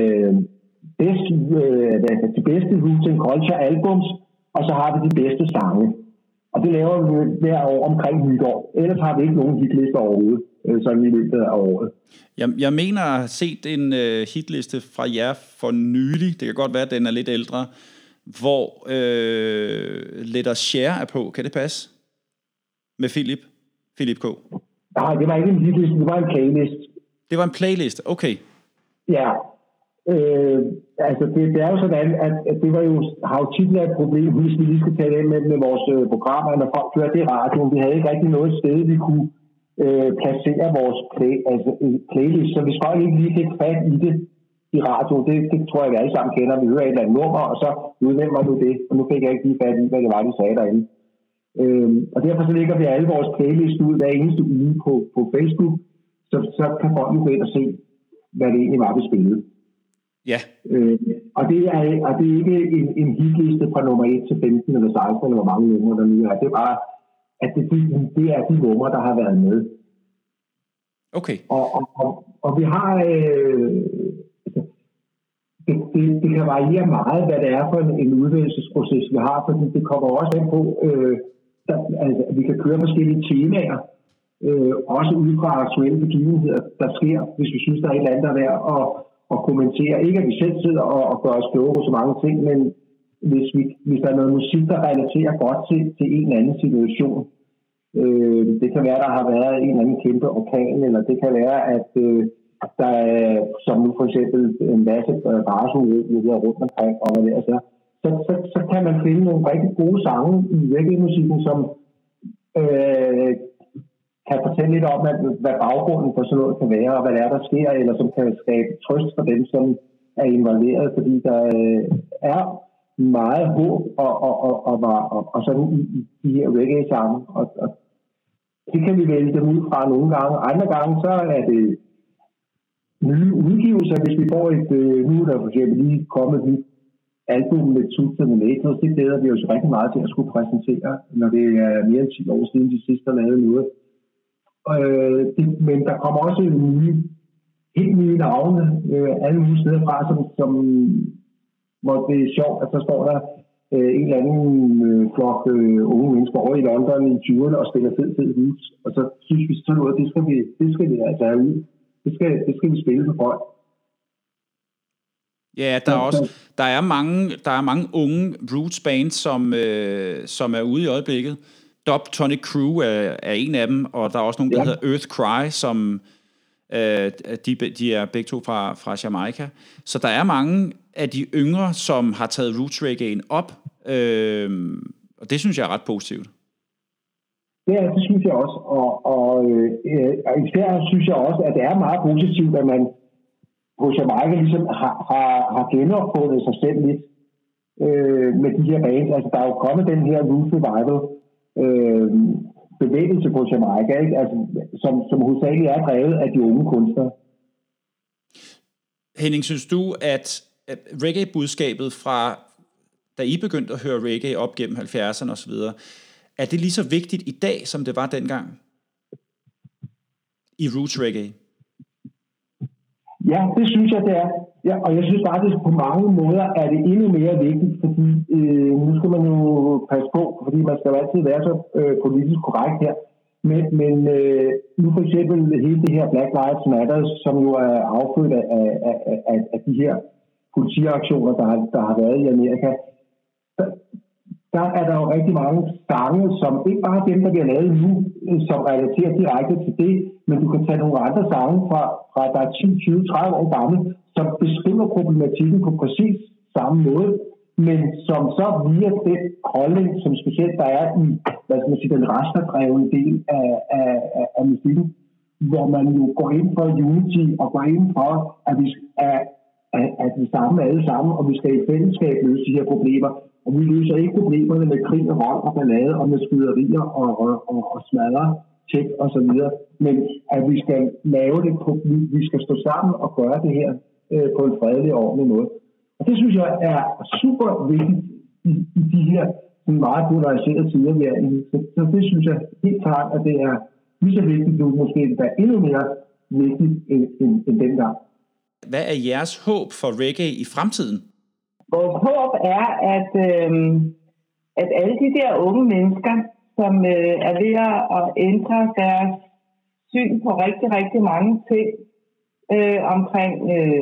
Speaker 3: de bedste Roots and Culture albums, og så har vi de bedste sange. Og det laver vi hver år omkring nytår. Ellers har vi ikke nogen hitlister overhovedet, sådan i løbet af året.
Speaker 1: Jeg mener at have set en hitliste fra jer for nylig. Det kan godt være, at den er lidt ældre, hvor Let Us Share er på. Kan det passe? Med Philip K.
Speaker 3: Nej, det var ikke en hitliste, det var en playlist.
Speaker 1: Det var en playlist, okay.
Speaker 3: Ja. Altså, det er jo sådan, at det har jo tit været et problem, hvis vi lige skal tage det med vores programmer, når folk hører det i radioen. Vi havde ikke rigtig noget sted, vi kunne placere vores playlist, så hvis folk ikke lige fik fat i det i radioen, det tror jeg, vi alle sammen kender. Vi hører et eller andet nummer, og så udnævner du det, og nu fik jeg ikke lige fat i, hvad det var, de sagde derinde. Og derfor så lægger vi alle vores playlist ud hver eneste uge på Facebook, så kan folk jo gå ind og se, hvad det egentlig var, vi spillede.
Speaker 1: Ja.
Speaker 3: Og det er ikke en hitliste fra nummer 1 til 15 eller 16, eller hvor mange numre der nu er. Det er bare, at det er de numre, der har været med.
Speaker 1: Okay.
Speaker 3: Og vi har... Det kan variere meget, hvad det er for en udvælgelsesproces, vi har, fordi det kommer også ind på, at vi kan køre forskellige temaer, også ud fra aktuelle begivenheder, der sker, hvis vi synes, der er et eller andet, der er værd at kommentere. Ikke at vi selv sidder og gør os kloge på så mange ting, men hvis der er noget musik, der relaterer godt til en eller anden situation. Det kan være, der har været en eller anden kæmpe orkan, eller det kan være, at der er, som nu for eksempel, en masse barsel rundt omkring, og hvad det er, så kan man finde nogle rigtig gode sange i reggae-musikken, som kan fortælle lidt om, hvad baggrunden for sådan noget kan være, og hvad det er, der sker, eller som kan skabe trøst for dem, som er involveret, fordi der er meget håb og sådan i de her reggae-sange, og det kan vi vælge dem ud fra nogle gange. Andre gange, så er det nye udgivelser, hvis vi får nu er der for eksempel lige kommet et nyt album med Tooth and the Maytals. Det glæder vi os rigtig meget til at skulle præsentere, når det er mere end 10 år siden de sidste har lavet noget. Men der kommer også helt nye navne alle mulige steder fra, som hvor det er sjovt, at så står der en eller anden flok unge mennesker over i London i 20'erne og spiller fed hus. Og så synes vi sådan noget, det skal vi altså have ud. Det skal vi spille for folk.
Speaker 1: Ja, der er mange unge roots bands, som er ude i øjeblikket. Dubtonic Crew er en af dem, og der er også nogen, der hedder Earth Cry, som de er begge to fra Jamaica. Så der er mange af de yngre, som har taget roots reggae'en op, og det synes jeg er ret positivt.
Speaker 3: Ja, det synes jeg også, og især synes jeg også, at det er meget positivt, at man på Jamaica ligesom har genopfundet sig selv lidt med de her bands. Altså, der er jo kommet den her Roots Revival bevægelse på Jamaica, ikke? Altså, som hovedsageligt er drevet af de unge kunstnere.
Speaker 1: Henning, synes du, at reggae-budskabet fra, da I begyndte at høre reggae op gennem 70'erne osv., er det lige så vigtigt i dag, som det var dengang i roots reggae?
Speaker 3: Ja, det synes jeg, det er. Ja, og jeg synes faktisk, på mange måder er det endnu mere vigtigt, fordi nu skal man jo passe på, fordi man skal jo altid være så politisk korrekt her. Men nu for eksempel hele det her Black Lives Matter, som jo er affødt af de her politiaktioner, der har været i Amerika, der er der jo rigtig mange sange, som ikke bare dem, der bliver lavet nu, som relaterer direkte til det, men du kan tage nogle andre sange fra der er 10, 20, 30 år gamle, som beskriver problematikken på præcis samme måde, men som så via den holdning, som specielt der er i, hvad skal man sige, den resterdrevne del af musikken, hvor man jo går ind for unity og går ind for, at vi er de samme alle sammen, og vi skal i fællesskab løse de her problemer. Og vi løser ikke problemerne med krig og vold og ballade og med skyderier og smadre tæt og så videre. Men at vi skal lave det på, vi skal stå sammen og gøre det her på en fredelig og ordentlig måde. Og det synes jeg er super vigtigt i de her meget polariserede tider, vi er i. Så det synes jeg helt klart, at det er lige så vigtigt nu, måske der er endnu mere vigtigt end dengang.
Speaker 1: Hvad er jeres håb for reggae i fremtiden?
Speaker 2: Vores håb er, at alle de der unge mennesker, som er ved at ændre deres syn på rigtig, rigtig mange ting omkring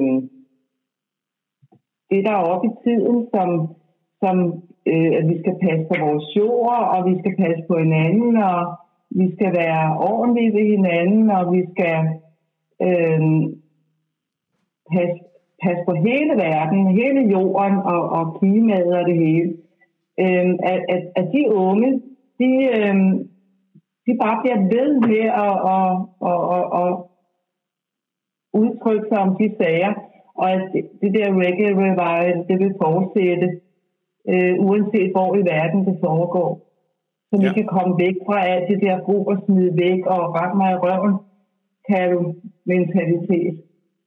Speaker 2: det, der er oppe i tiden, som at vi skal passe på vores jord, og vi skal passe på hinanden, og vi skal være ordentlige ved hinanden, og vi skal passe på hele verden, hele jorden og klimaet og det hele. At de unge, de bare bliver ved med at udtrykke sig om de sager, og at det der reggae revival, det vil fortsætte, uanset hvor i verden det foregår. Så vi kan komme væk fra alt det der brug og smide væk og ret mig i røven kan du mentalitet.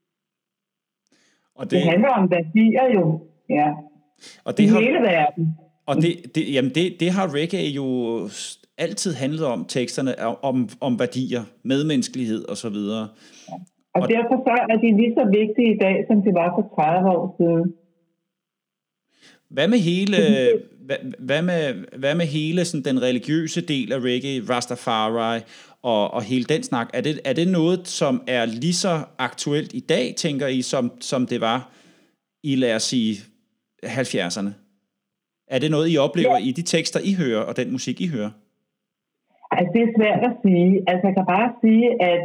Speaker 1: Og
Speaker 2: det handler om værdier jo, ja.
Speaker 1: Og det
Speaker 2: i
Speaker 1: har,
Speaker 2: hele verden.
Speaker 1: Og det har reggae jo altid handlet om, teksterne, om værdier, medmenneskelighed og så videre.
Speaker 2: Ja. Og derfor så er de lige så vigtige i dag, som det var for 30 år siden.
Speaker 1: Hvad med hele sådan, den religiøse del af reggae, Rastafari og hele den snak? Er det noget, som er lige så aktuelt i dag, tænker I, som det var i, lad os sige, 70'erne? Er det noget, I oplever i de tekster, I hører, og den musik, I hører?
Speaker 2: Altså, det er svært at sige. Altså, jeg kan bare sige, at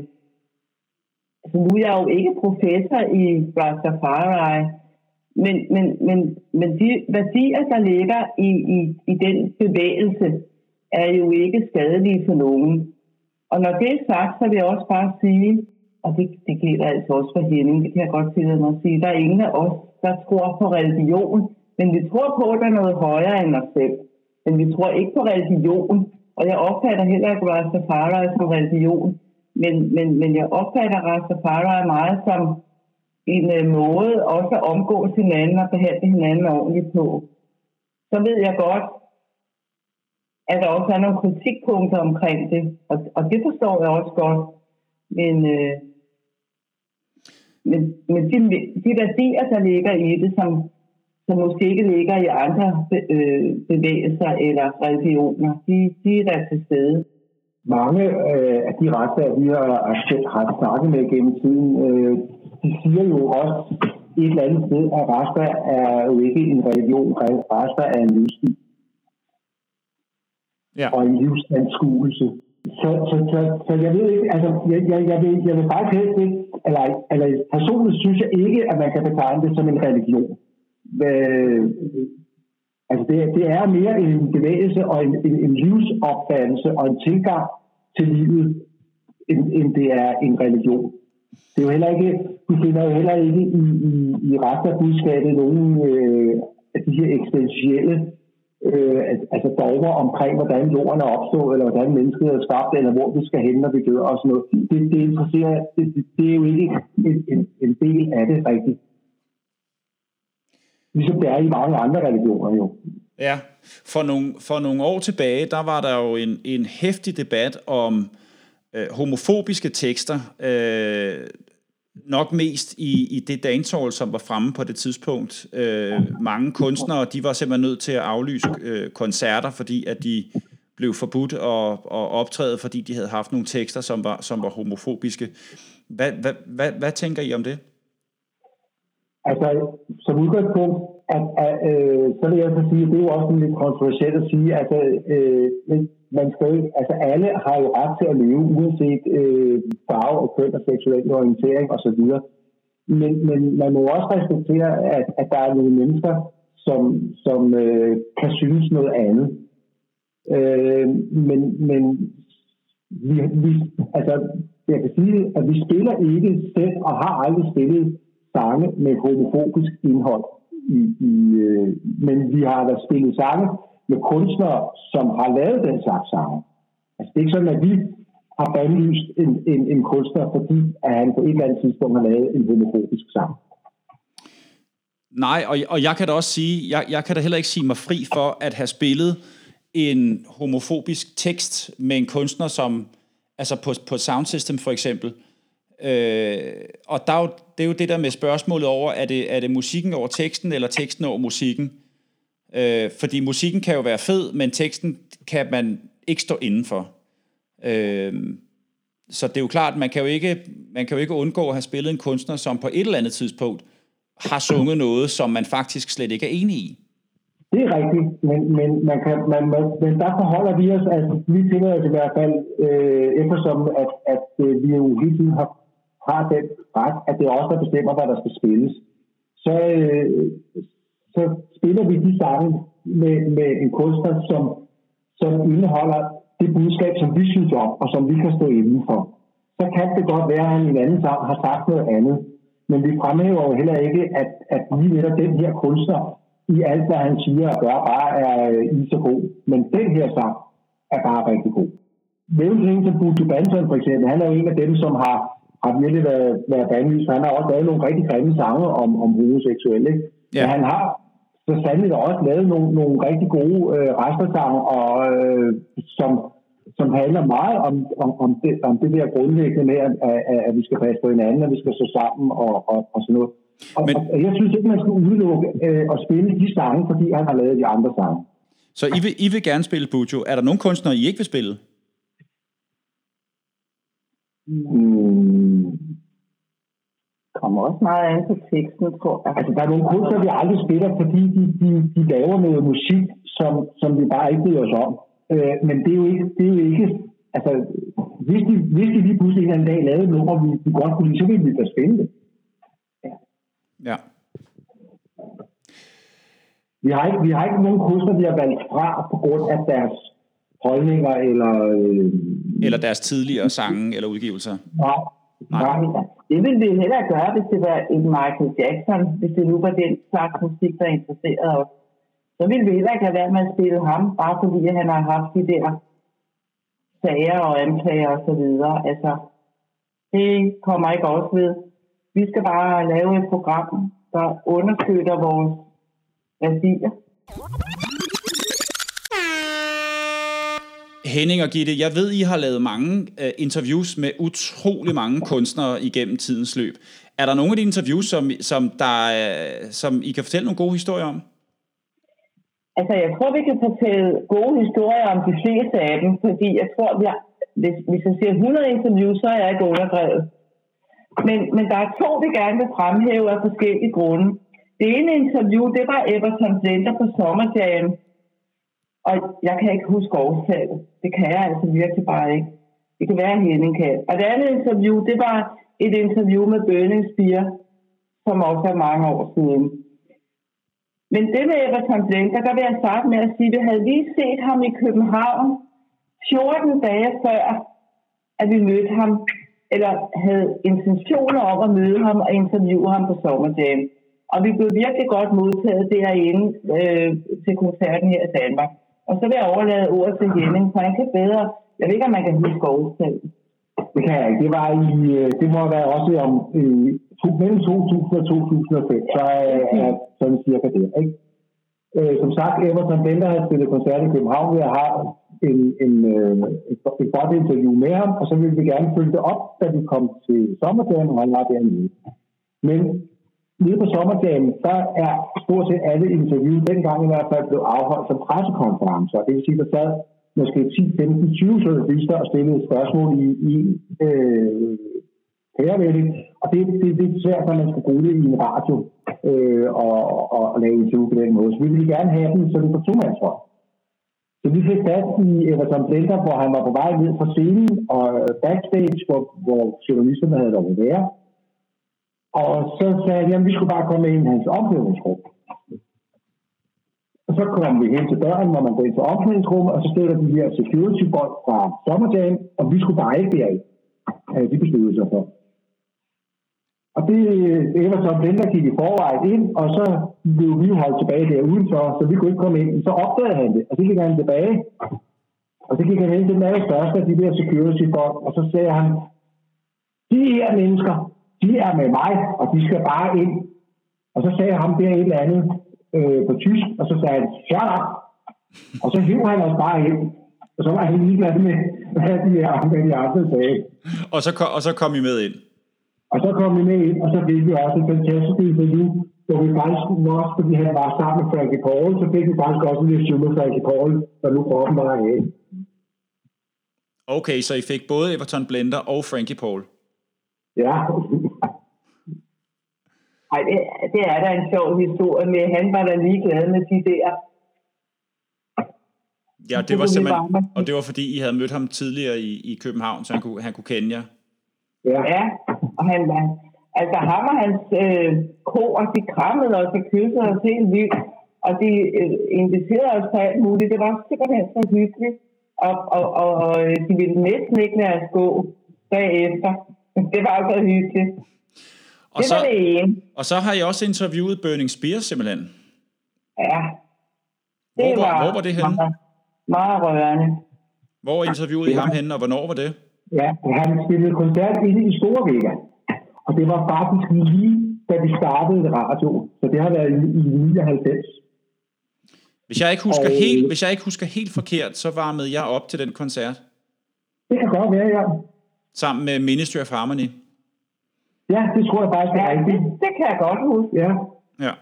Speaker 2: nu er jeg jo ikke professor i Rastafari, men de værdier, der ligger i den bevægelse, er jo ikke skadelige for nogen. Og når det er sagt, så vil jeg også bare sige, og det gælder altså også for Henning, det kan jeg godt tillade mig at sige, der er ingen af os, der tror på religion, men vi tror på, at der er noget højere end os selv. Men vi tror ikke på religion, og jeg opfatter heller ikke Rastafari som religion, men jeg opfatter Rastafari meget som en måde også at omgås hinanden og behandle hinanden ordentligt på. Så ved jeg godt, at der også er nogle kritikpunkter omkring det, og det forstår jeg også godt. Men de værdier, der ligger i det, som måske ikke ligger i andre bevægelser eller religioner, de er der til stede.
Speaker 3: Mange af de rester, vi har snakket med gennem tiden, de siger jo også et eller andet sted, at rester er jo ikke en religion, rester er en livsstil. Ja. Og en livsanskuelse. Så jeg ved ikke, altså jeg vil faktisk helst ikke, eller personligt synes jeg ikke, at man kan betegne det som en religion. Altså det er mere en bevægelse og en livsopfattelse og en tilgang til livet, end det er en religion. Det er jo heller ikke, du finder jo heller ikke i Rasta-budskabet nogen af de her eksistentielle altså dogmer omkring, hvordan jorden er opstået, eller hvordan mennesket er skabt, eller hvor vi skal hen, når vi dør og sådan noget. Det interesserer, det er jo ikke en del af det rigtigt. Ligesom det er i mange andre religioner jo.
Speaker 1: Ja, for nogle år tilbage, der var der jo en heftig debat om homofobiske tekster, nok mest i det dancehall, som var fremme på det tidspunkt. Mange kunstnere, de var simpelthen nødt til at aflyse koncerter, fordi at de blev forbudt at optræde, fordi de havde haft nogle tekster, som var homofobiske. Hvad tænker I om det?
Speaker 3: Altså, som udgangspunkt, så vil jeg så sige, at det er jo også lidt kontroversielt at sige, altså, man skal jo, altså alle har jo ret til at leve, uanset farve og køn og seksuel orientering osv. Men man må også respektere, at der er nogle mennesker, som kan synes noget andet. Men vi, altså, jeg kan sige, at vi spiller ikke selv, og har aldrig spillet sange med homofobisk indhold. Men vi har da spillet sange med kunstnere, som har lavet den slags sange. Altså det er ikke sådan, at vi har bandlyst en kunstner, fordi at han på et eller andet tidspunkt har lavet en homofobisk sang.
Speaker 1: Nej, og jeg kan da også sige, jeg kan da heller ikke sige mig fri for at have spillet en homofobisk tekst med en kunstner, som altså på Sound System for eksempel. Og det er jo det der med spørgsmålet over, er det musikken over teksten, eller teksten over musikken? Fordi musikken kan jo være fed, men teksten kan man ikke stå indenfor. Så det er jo klart, man kan jo ikke undgå at have spillet en kunstner, som på et eller andet tidspunkt har sunget noget, som man faktisk slet ikke er enig i.
Speaker 3: Det er rigtigt, men der forholder vi os, altså vi tænker os i hvert fald, eftersom at vi jo hele tiden har den ret, at det er også der bestemmer, hvad der skal spilles. Så spiller vi de sange med en kunstner, som indeholder det budskab, som vi synes om, og som vi kan stå indenfor. Så kan det godt være, at han i en anden sang har sagt noget andet. Men vi fremhæver jo heller ikke, at lige netop den her kunstner, i alt, hvad han siger og gør, bare er i så god. Men den her sang er bare rigtig god. Vævning som Buju Banton for eksempel, han er jo en af dem, som har virkelig været bandlyst. Han har også lavet nogle rigtig grimme sange om homoseksuelle. Ja. Men han har så sandelig også lavet nogle rigtig gode restersange, og som handler meget om det der grundlæggende med, at vi skal passe på hinanden, at vi skal stå sammen og sådan noget. Og jeg synes ikke, man skal udelukke at spille de sange, fordi han har lavet de andre sange.
Speaker 1: Så I vil gerne spille Buju. Er der nogle kunstnere, I ikke vil spille?
Speaker 2: Kommer også meget an på teksten, tror jeg.
Speaker 3: Altså, der er nogle kunstnere, vi aldrig spiller, fordi de laver noget musik, som vi bare ikke bryder os om. Men det er jo ikke altså, hvis de lige pludselig en dag lavede et nummer, vi godt kunne lide, så ville vi da spille det.
Speaker 1: Ja.
Speaker 3: Vi har ikke nogen kunstnere, vi har valgt fra på grund af deres holdninger
Speaker 1: eller deres tidligere sange eller udgivelser.
Speaker 3: Nej.
Speaker 2: Det ville vi hellere gøre, hvis det var en Michael Jackson, hvis det nu var den slags musik, der interesserede os. Så ville vi heller ikke have været med at spille ham, bare fordi han har haft de der sager og anklager og så videre. Altså, det kommer ikke også ved. Vi skal bare lave et program, der understøtter vores værdier.
Speaker 1: Henning og Gitte, jeg ved, I har lavet mange interviews med utrolig mange kunstnere igennem tidens løb. Er der nogle af de interviews, som I kan fortælle nogle gode historier om?
Speaker 2: Altså, jeg tror, vi kan fortælle gode historier om de fleste af dem, fordi jeg tror, hvis jeg siger 100 interviews, så er jeg ikke underdrevet. Men der er to, vi gerne vil fremhæve af forskellige grunde. Det ene interview, det var Everton Blender på Summer Jam. Og jeg kan ikke huske årstallet. Det kan jeg altså virkelig bare ikke. Det kan være Henning kan. Og det andet interview, det var et interview med Burning Spear, som også er mange år siden. Men det med Everton Blender, der vil jeg starte med at sige, at vi havde lige set ham i København 14 dage før, at vi mødte ham, eller havde intentioner om at møde ham og interviewe ham på Summer Jam. Og vi blev virkelig godt modtaget derinde til koncerten her i Danmark. Og så vil jeg overlade ordet til Henning, for han kan bedre. Jeg ved ikke, om man kan huske årstallet.
Speaker 3: Det kan jeg ikke. Det må være også om mellem 2000 og 2005, så er sådan cirka det. Ikke? Som sagt, Everton Blender har spillet koncert i København. Vi har et godt interview med ham, og så vil vi gerne følge det op, da vi kom til Sommerjam, og han var dernede. Men nede på Sommerjam, der er stort set alle interviews, dengang i hvert fald, blev afholdt som pressekonferencer. Det vil sige, der sad måske 10, 15, 20 journalister og stillede spørgsmål i pærevældig. Og det er svært, når man skal bruge det i en radio og lave interview på den måde. Så vi ville gerne have den sådan på tomandshold. Så vi fik fast i Everton Blender, hvor han var på vej ned fra scenen og backstage, hvor journalisterne havde lov at være. Og så sagde de, at vi skulle bare komme ind i hans omklædningsrum. Og så kom vi hen til døren, hvor man går ind til omklædningsrummet, og så stod der de her security-folk fra Summer Jam, og vi skulle bare ikke derind. De besluttede sig for. Og det var så Blender gik i forvejen ind, og så blev vi holdt tilbage der udenfor, så vi kunne ikke komme ind. Så opdagede han det, og så gik han tilbage. Og så gik han ind til den allerstørste af de der security-folk, og så sagde han, de her mennesker, de er med mig, og de skal bare ind. Og så sagde ham der et eller andet på tysk, og så sagde han, shut up. Og så hiv han os bare ind. Og så var han ligeglad med, hvad de andre sagde.
Speaker 1: Og så kom I med ind?
Speaker 3: Og så kom vi med ind, og så fik vi også et fantastisk interview, hvor vi faktisk også, fordi han var sammen med Frankie Paul, så fik vi faktisk også en interview med Frankie Paul, der nu kroppen var af.
Speaker 1: Okay, så I fik både Everton Blender og Frankie Paul?
Speaker 3: Ja.
Speaker 2: Ej, det er da en sjov historie med, han var da ligeglad med de der.
Speaker 1: Ja, det var simpelthen, og det var fordi, I havde mødt ham tidligere i København, så han kunne kende jer.
Speaker 2: Ja, og han var, altså ham og hans kor, de krammede os og kyssede os helt vildt, og de inviterede os på alt muligt. Det var simpelthen så hyggeligt, og de ville næsten ikke lade os gå bagefter. Det var så hyggeligt.
Speaker 1: Og så har I også interviewet Burning Spear simpelthen.
Speaker 2: Ja.
Speaker 1: Hvor var det henne?
Speaker 2: Meget rørende.
Speaker 1: Hvor interviewede I ham henne, og hvornår var det?
Speaker 3: Ja, han spillede koncert inde i Store Vega. Og det var faktisk lige, da vi startede radio. Så det har været i 99.
Speaker 1: Hvis jeg ikke husker helt forkert, så varmede jeg op til den koncert.
Speaker 3: Det kan godt være, ja.
Speaker 1: Sammen med Ministry of Harmony.
Speaker 3: Ja, det tror jeg faktisk er rigtigt.
Speaker 2: Det kan jeg godt huske.
Speaker 3: Ja.
Speaker 1: Ja.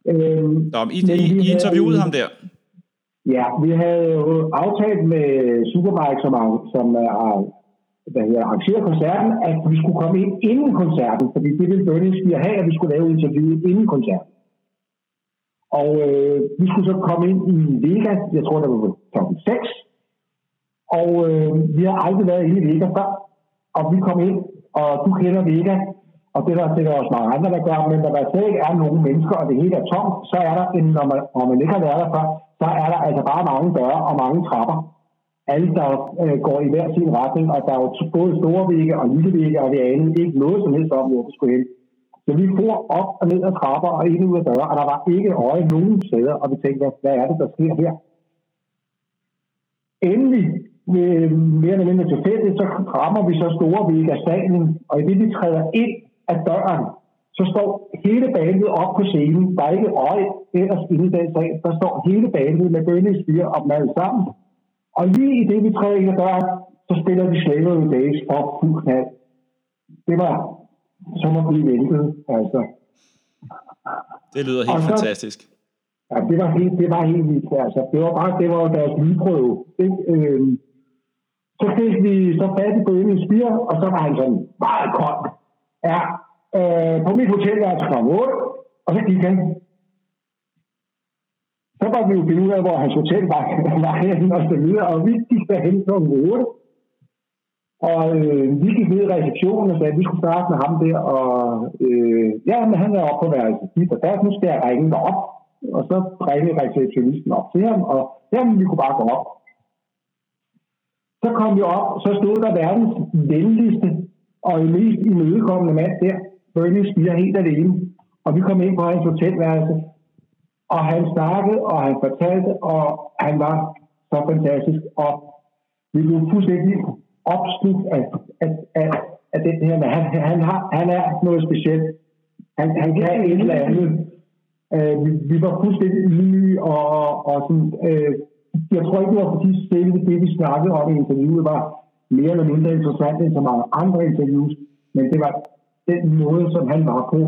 Speaker 1: I interviewede ham der?
Speaker 3: Ja, vi havde jo aftalt med Superbike, som arrangerer koncerten, at vi skulle komme ind inden koncerten, fordi det ville Burning Spear have, at vi skulle lave interviewet inden koncerten. Og vi skulle så komme ind i Vega, jeg tror det var klokken 6, og vi har aldrig været inde i Vega før, og vi kom ind, og du kender Vega, og det der sikkert også mange andre, der gør, men når der slet ikke er nogen mennesker, og det hele er tomt, så er der, når man ikke har været der før, så er der altså bare mange døre og mange trapper. Alle, der går i hver sin retning, og der er jo både store Vega og lille Vega, og vi anede ikke noget som helst om, hvor vi skulle hen. Så vi for op og ned ad trapper og ind ud af døre, og der var ikke øje nogen steder, og vi tænkte, hvad er det, der sker her? Endelig, mere eller mindre tilfældigt, så rammer vi så Store Vega-salen, og i det vi træder ind af døren, så står hele bandet op på scenen. Der er ikke øje ellers inde i den sal. Der står hele bandet med Burning Spear og dem alle sammen. Og lige i det vi træder ind ad døren, så spiller de Slaver of the Days for fuld knald. Det var som at blive ventet, altså.
Speaker 1: Det lyder helt fantastisk.
Speaker 3: Ja, det var helt vildt, altså. Det var deres lydprøve. Så fik vi så fat i Burning Spear, og så var han sådan meget kold. Ja, på mit hotelværelse kl. 8, og så gik han. Så var vi jo finde ud af, hvor hans hotel var henne og så videre, og vi gik derhen kl. 8. Og vi gik ned i receptionen og sagde, at vi skulle starte med ham der, og men han er oppe på værelset, og der nu skal jeg ringe op. Og så ringede receptionisten op til ham, og jamen, vi kunne bare gå op. Så kom vi op, så stod der verdens venligste og mest imødekommende mand der, Burning Spear, helt alene. Og vi kom ind på hans hotelværelse, og han snakkede, og han fortalte, og han var så fantastisk. Og vi blev fuldstændig opslugt af det her. Men han er noget specielt. Han kan et eller andet. Vi var fuldstændig ydmyge, og sådan, jeg tror ikke, det var fordi selve det, vi snakkede om i interviewet, var mere eller mindre interessant end så mange andre interviews, men det var den måde, som han var på.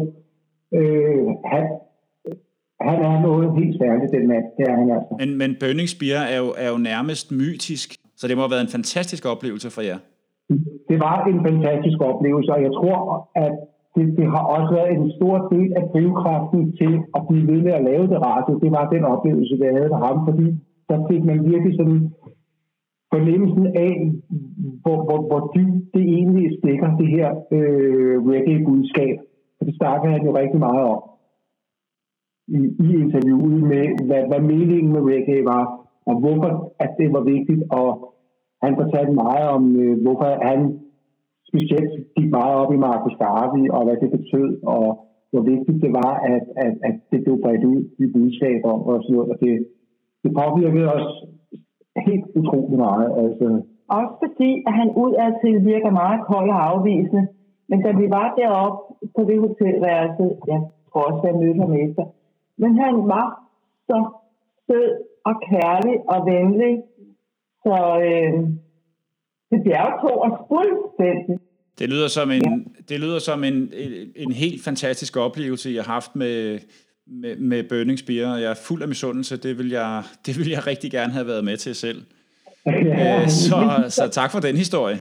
Speaker 3: Han er noget helt særligt, den mand. Det er han altså.
Speaker 1: Men Burning Spear er jo nærmest mytisk, så det må have været en fantastisk oplevelse for jer.
Speaker 3: Det var en fantastisk oplevelse, og jeg tror, at det har også været en stor del af drivkraften til at blive ved med at lave det radio. Det var den oplevelse, jeg havde med ham, fordi der fik man virkelig sådan fornemmelsen af, hvor dybt det egentlig stikker, det her reggae-budskab. For det snakker han jo rigtig meget om i interviewet med, hvad meningen med reggae var, og hvorfor at det var vigtigt. Og han fortalte meget om, hvorfor han specielt gik meget op i Marcus Garvey, og hvad det betød, og hvor vigtigt det var, at det blev bredt ud i budskaber og sådan noget. Og det påvirkede os helt utroligt meget. Altså.
Speaker 2: Også fordi, at han udadtil virker meget kold og afvisende. Men da vi var deroppe på det hotelværelse, jeg tror også, jeg mødte ham efter, men han var så sød og kærlig og venlig, så det bjergtog os fuldstændig.
Speaker 1: Det lyder som en helt fantastisk oplevelse, jeg har haft med Burning Spear, og jeg er fuld af misundelse. Det vil jeg rigtig gerne have været med til selv. Så tak for den historie.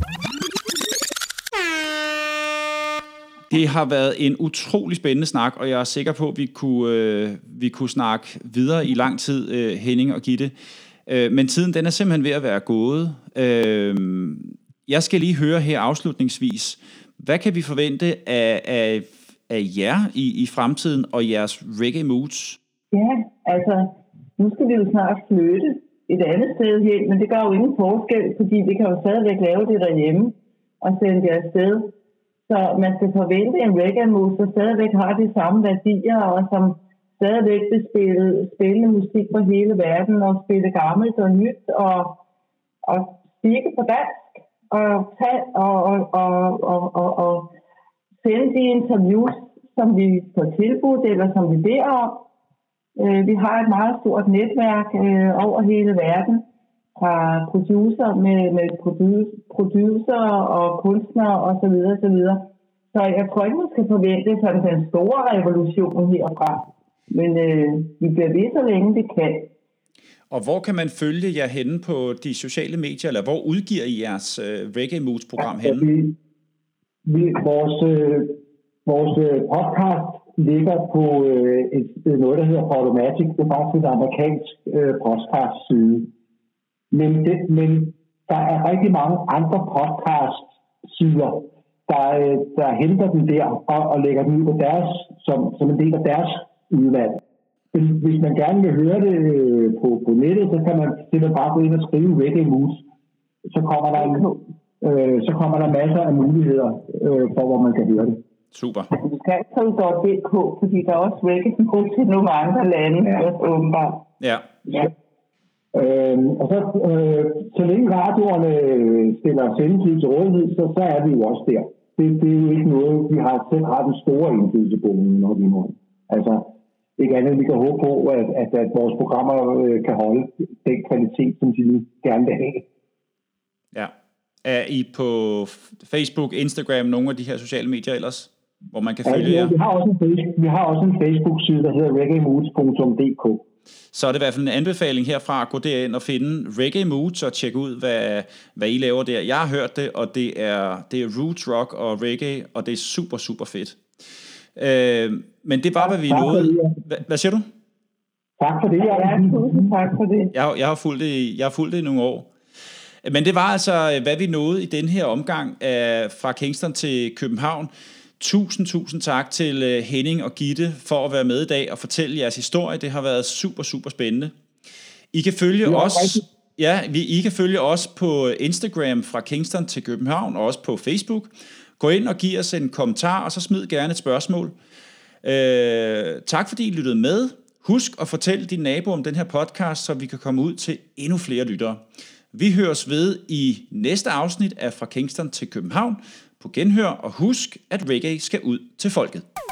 Speaker 1: Det har været en utrolig spændende snak, og jeg er sikker på, at vi kunne snakke videre i lang tid, Henning og Gitte. Men tiden den er simpelthen ved at være gået. Jeg skal lige høre her afslutningsvis, hvad kan vi forvente af jer i fremtiden og jeres reggae moods? Ja,
Speaker 2: altså, nu skal vi jo snart flytte et andet sted hen, men det gør jo ingen forskel, fordi vi kan jo stadigvæk lave det derhjemme og sende det afsted. Så man skal forvente en reggae mood, der stadigvæk har de samme værdier, og som stadigvæk vil spille musik for hele verden, og spille gammelt og nyt, og speake på dansk og sende de interviews, som vi får tilbudt, eller som vi beder om. Vi har et meget stort netværk over hele verden, fra producer og kunstnere osv. Så jeg tror ikke, man skal forvente sådan den store revolution herfra. Men vi bliver ved, så længe vi kan.
Speaker 1: Og hvor kan man følge jer henne på de sociale medier, eller hvor udgiver I jeres Reggae Moods-program henne?
Speaker 3: Vores podcast ligger på noget, der hedder Podomatic. Det er faktisk et amerikansk podcast-side. Men der er rigtig mange andre podcast-sider, der henter den der og lægger den ud på deres, som en del af deres udvalg. Hvis man gerne vil høre det på nettet, så kan man simpelthen bare gå ind og skrive Reggae Moods. Så kommer der masser af muligheder for, hvor man kan høre det.
Speaker 1: Super.
Speaker 2: Du skal ikke skrive .dk, fordi der er også Reggae Moods til nogle andre lande, åbenbart.
Speaker 1: Ja.
Speaker 3: Og så længe radioerne stiller sendetid til rådighed, så er vi jo også der. Det er jo ikke noget, vi har selv har den store indflydelse på, når vi må. Altså, ikke andet, vi kan håbe på, at vores programmer kan holde den kvalitet, som de gerne vil have.
Speaker 1: Ja. Er I på Facebook, Instagram, nogle af de her sociale medier ellers, hvor man kan følge jer?
Speaker 3: Vi har også en Facebook-side, der hedder reggaemoods.dk.
Speaker 1: Så er det i hvert fald en anbefaling herfra at gå derind og finde Reggae Moods og tjekke ud, hvad I laver der. Jeg har hørt det, og det er roots rock og reggae, og det er super, super fedt. Men det var, hvad vi nåede. Hvad siger du?
Speaker 3: Tak for det.
Speaker 2: Tak for det.
Speaker 1: Jeg har fulgt det i nogle år. Men det var altså, hvad vi nåede i den her omgang fra Kingston til København. Tusind tak til Henning og Gitte for at være med i dag og fortælle jeres historie. Det har været super, super spændende. I kan følge os. Ja, I kan følge os på Instagram fra Kingston til København og også på Facebook. Gå ind og giv os en kommentar, og så smid gerne et spørgsmål. Tak fordi I lyttede med. Husk at fortælle din nabo om den her podcast, så vi kan komme ud til endnu flere lyttere. Vi høres ved i næste afsnit af Fra Kingston til København på genhør, og husk, at reggae skal ud til folket.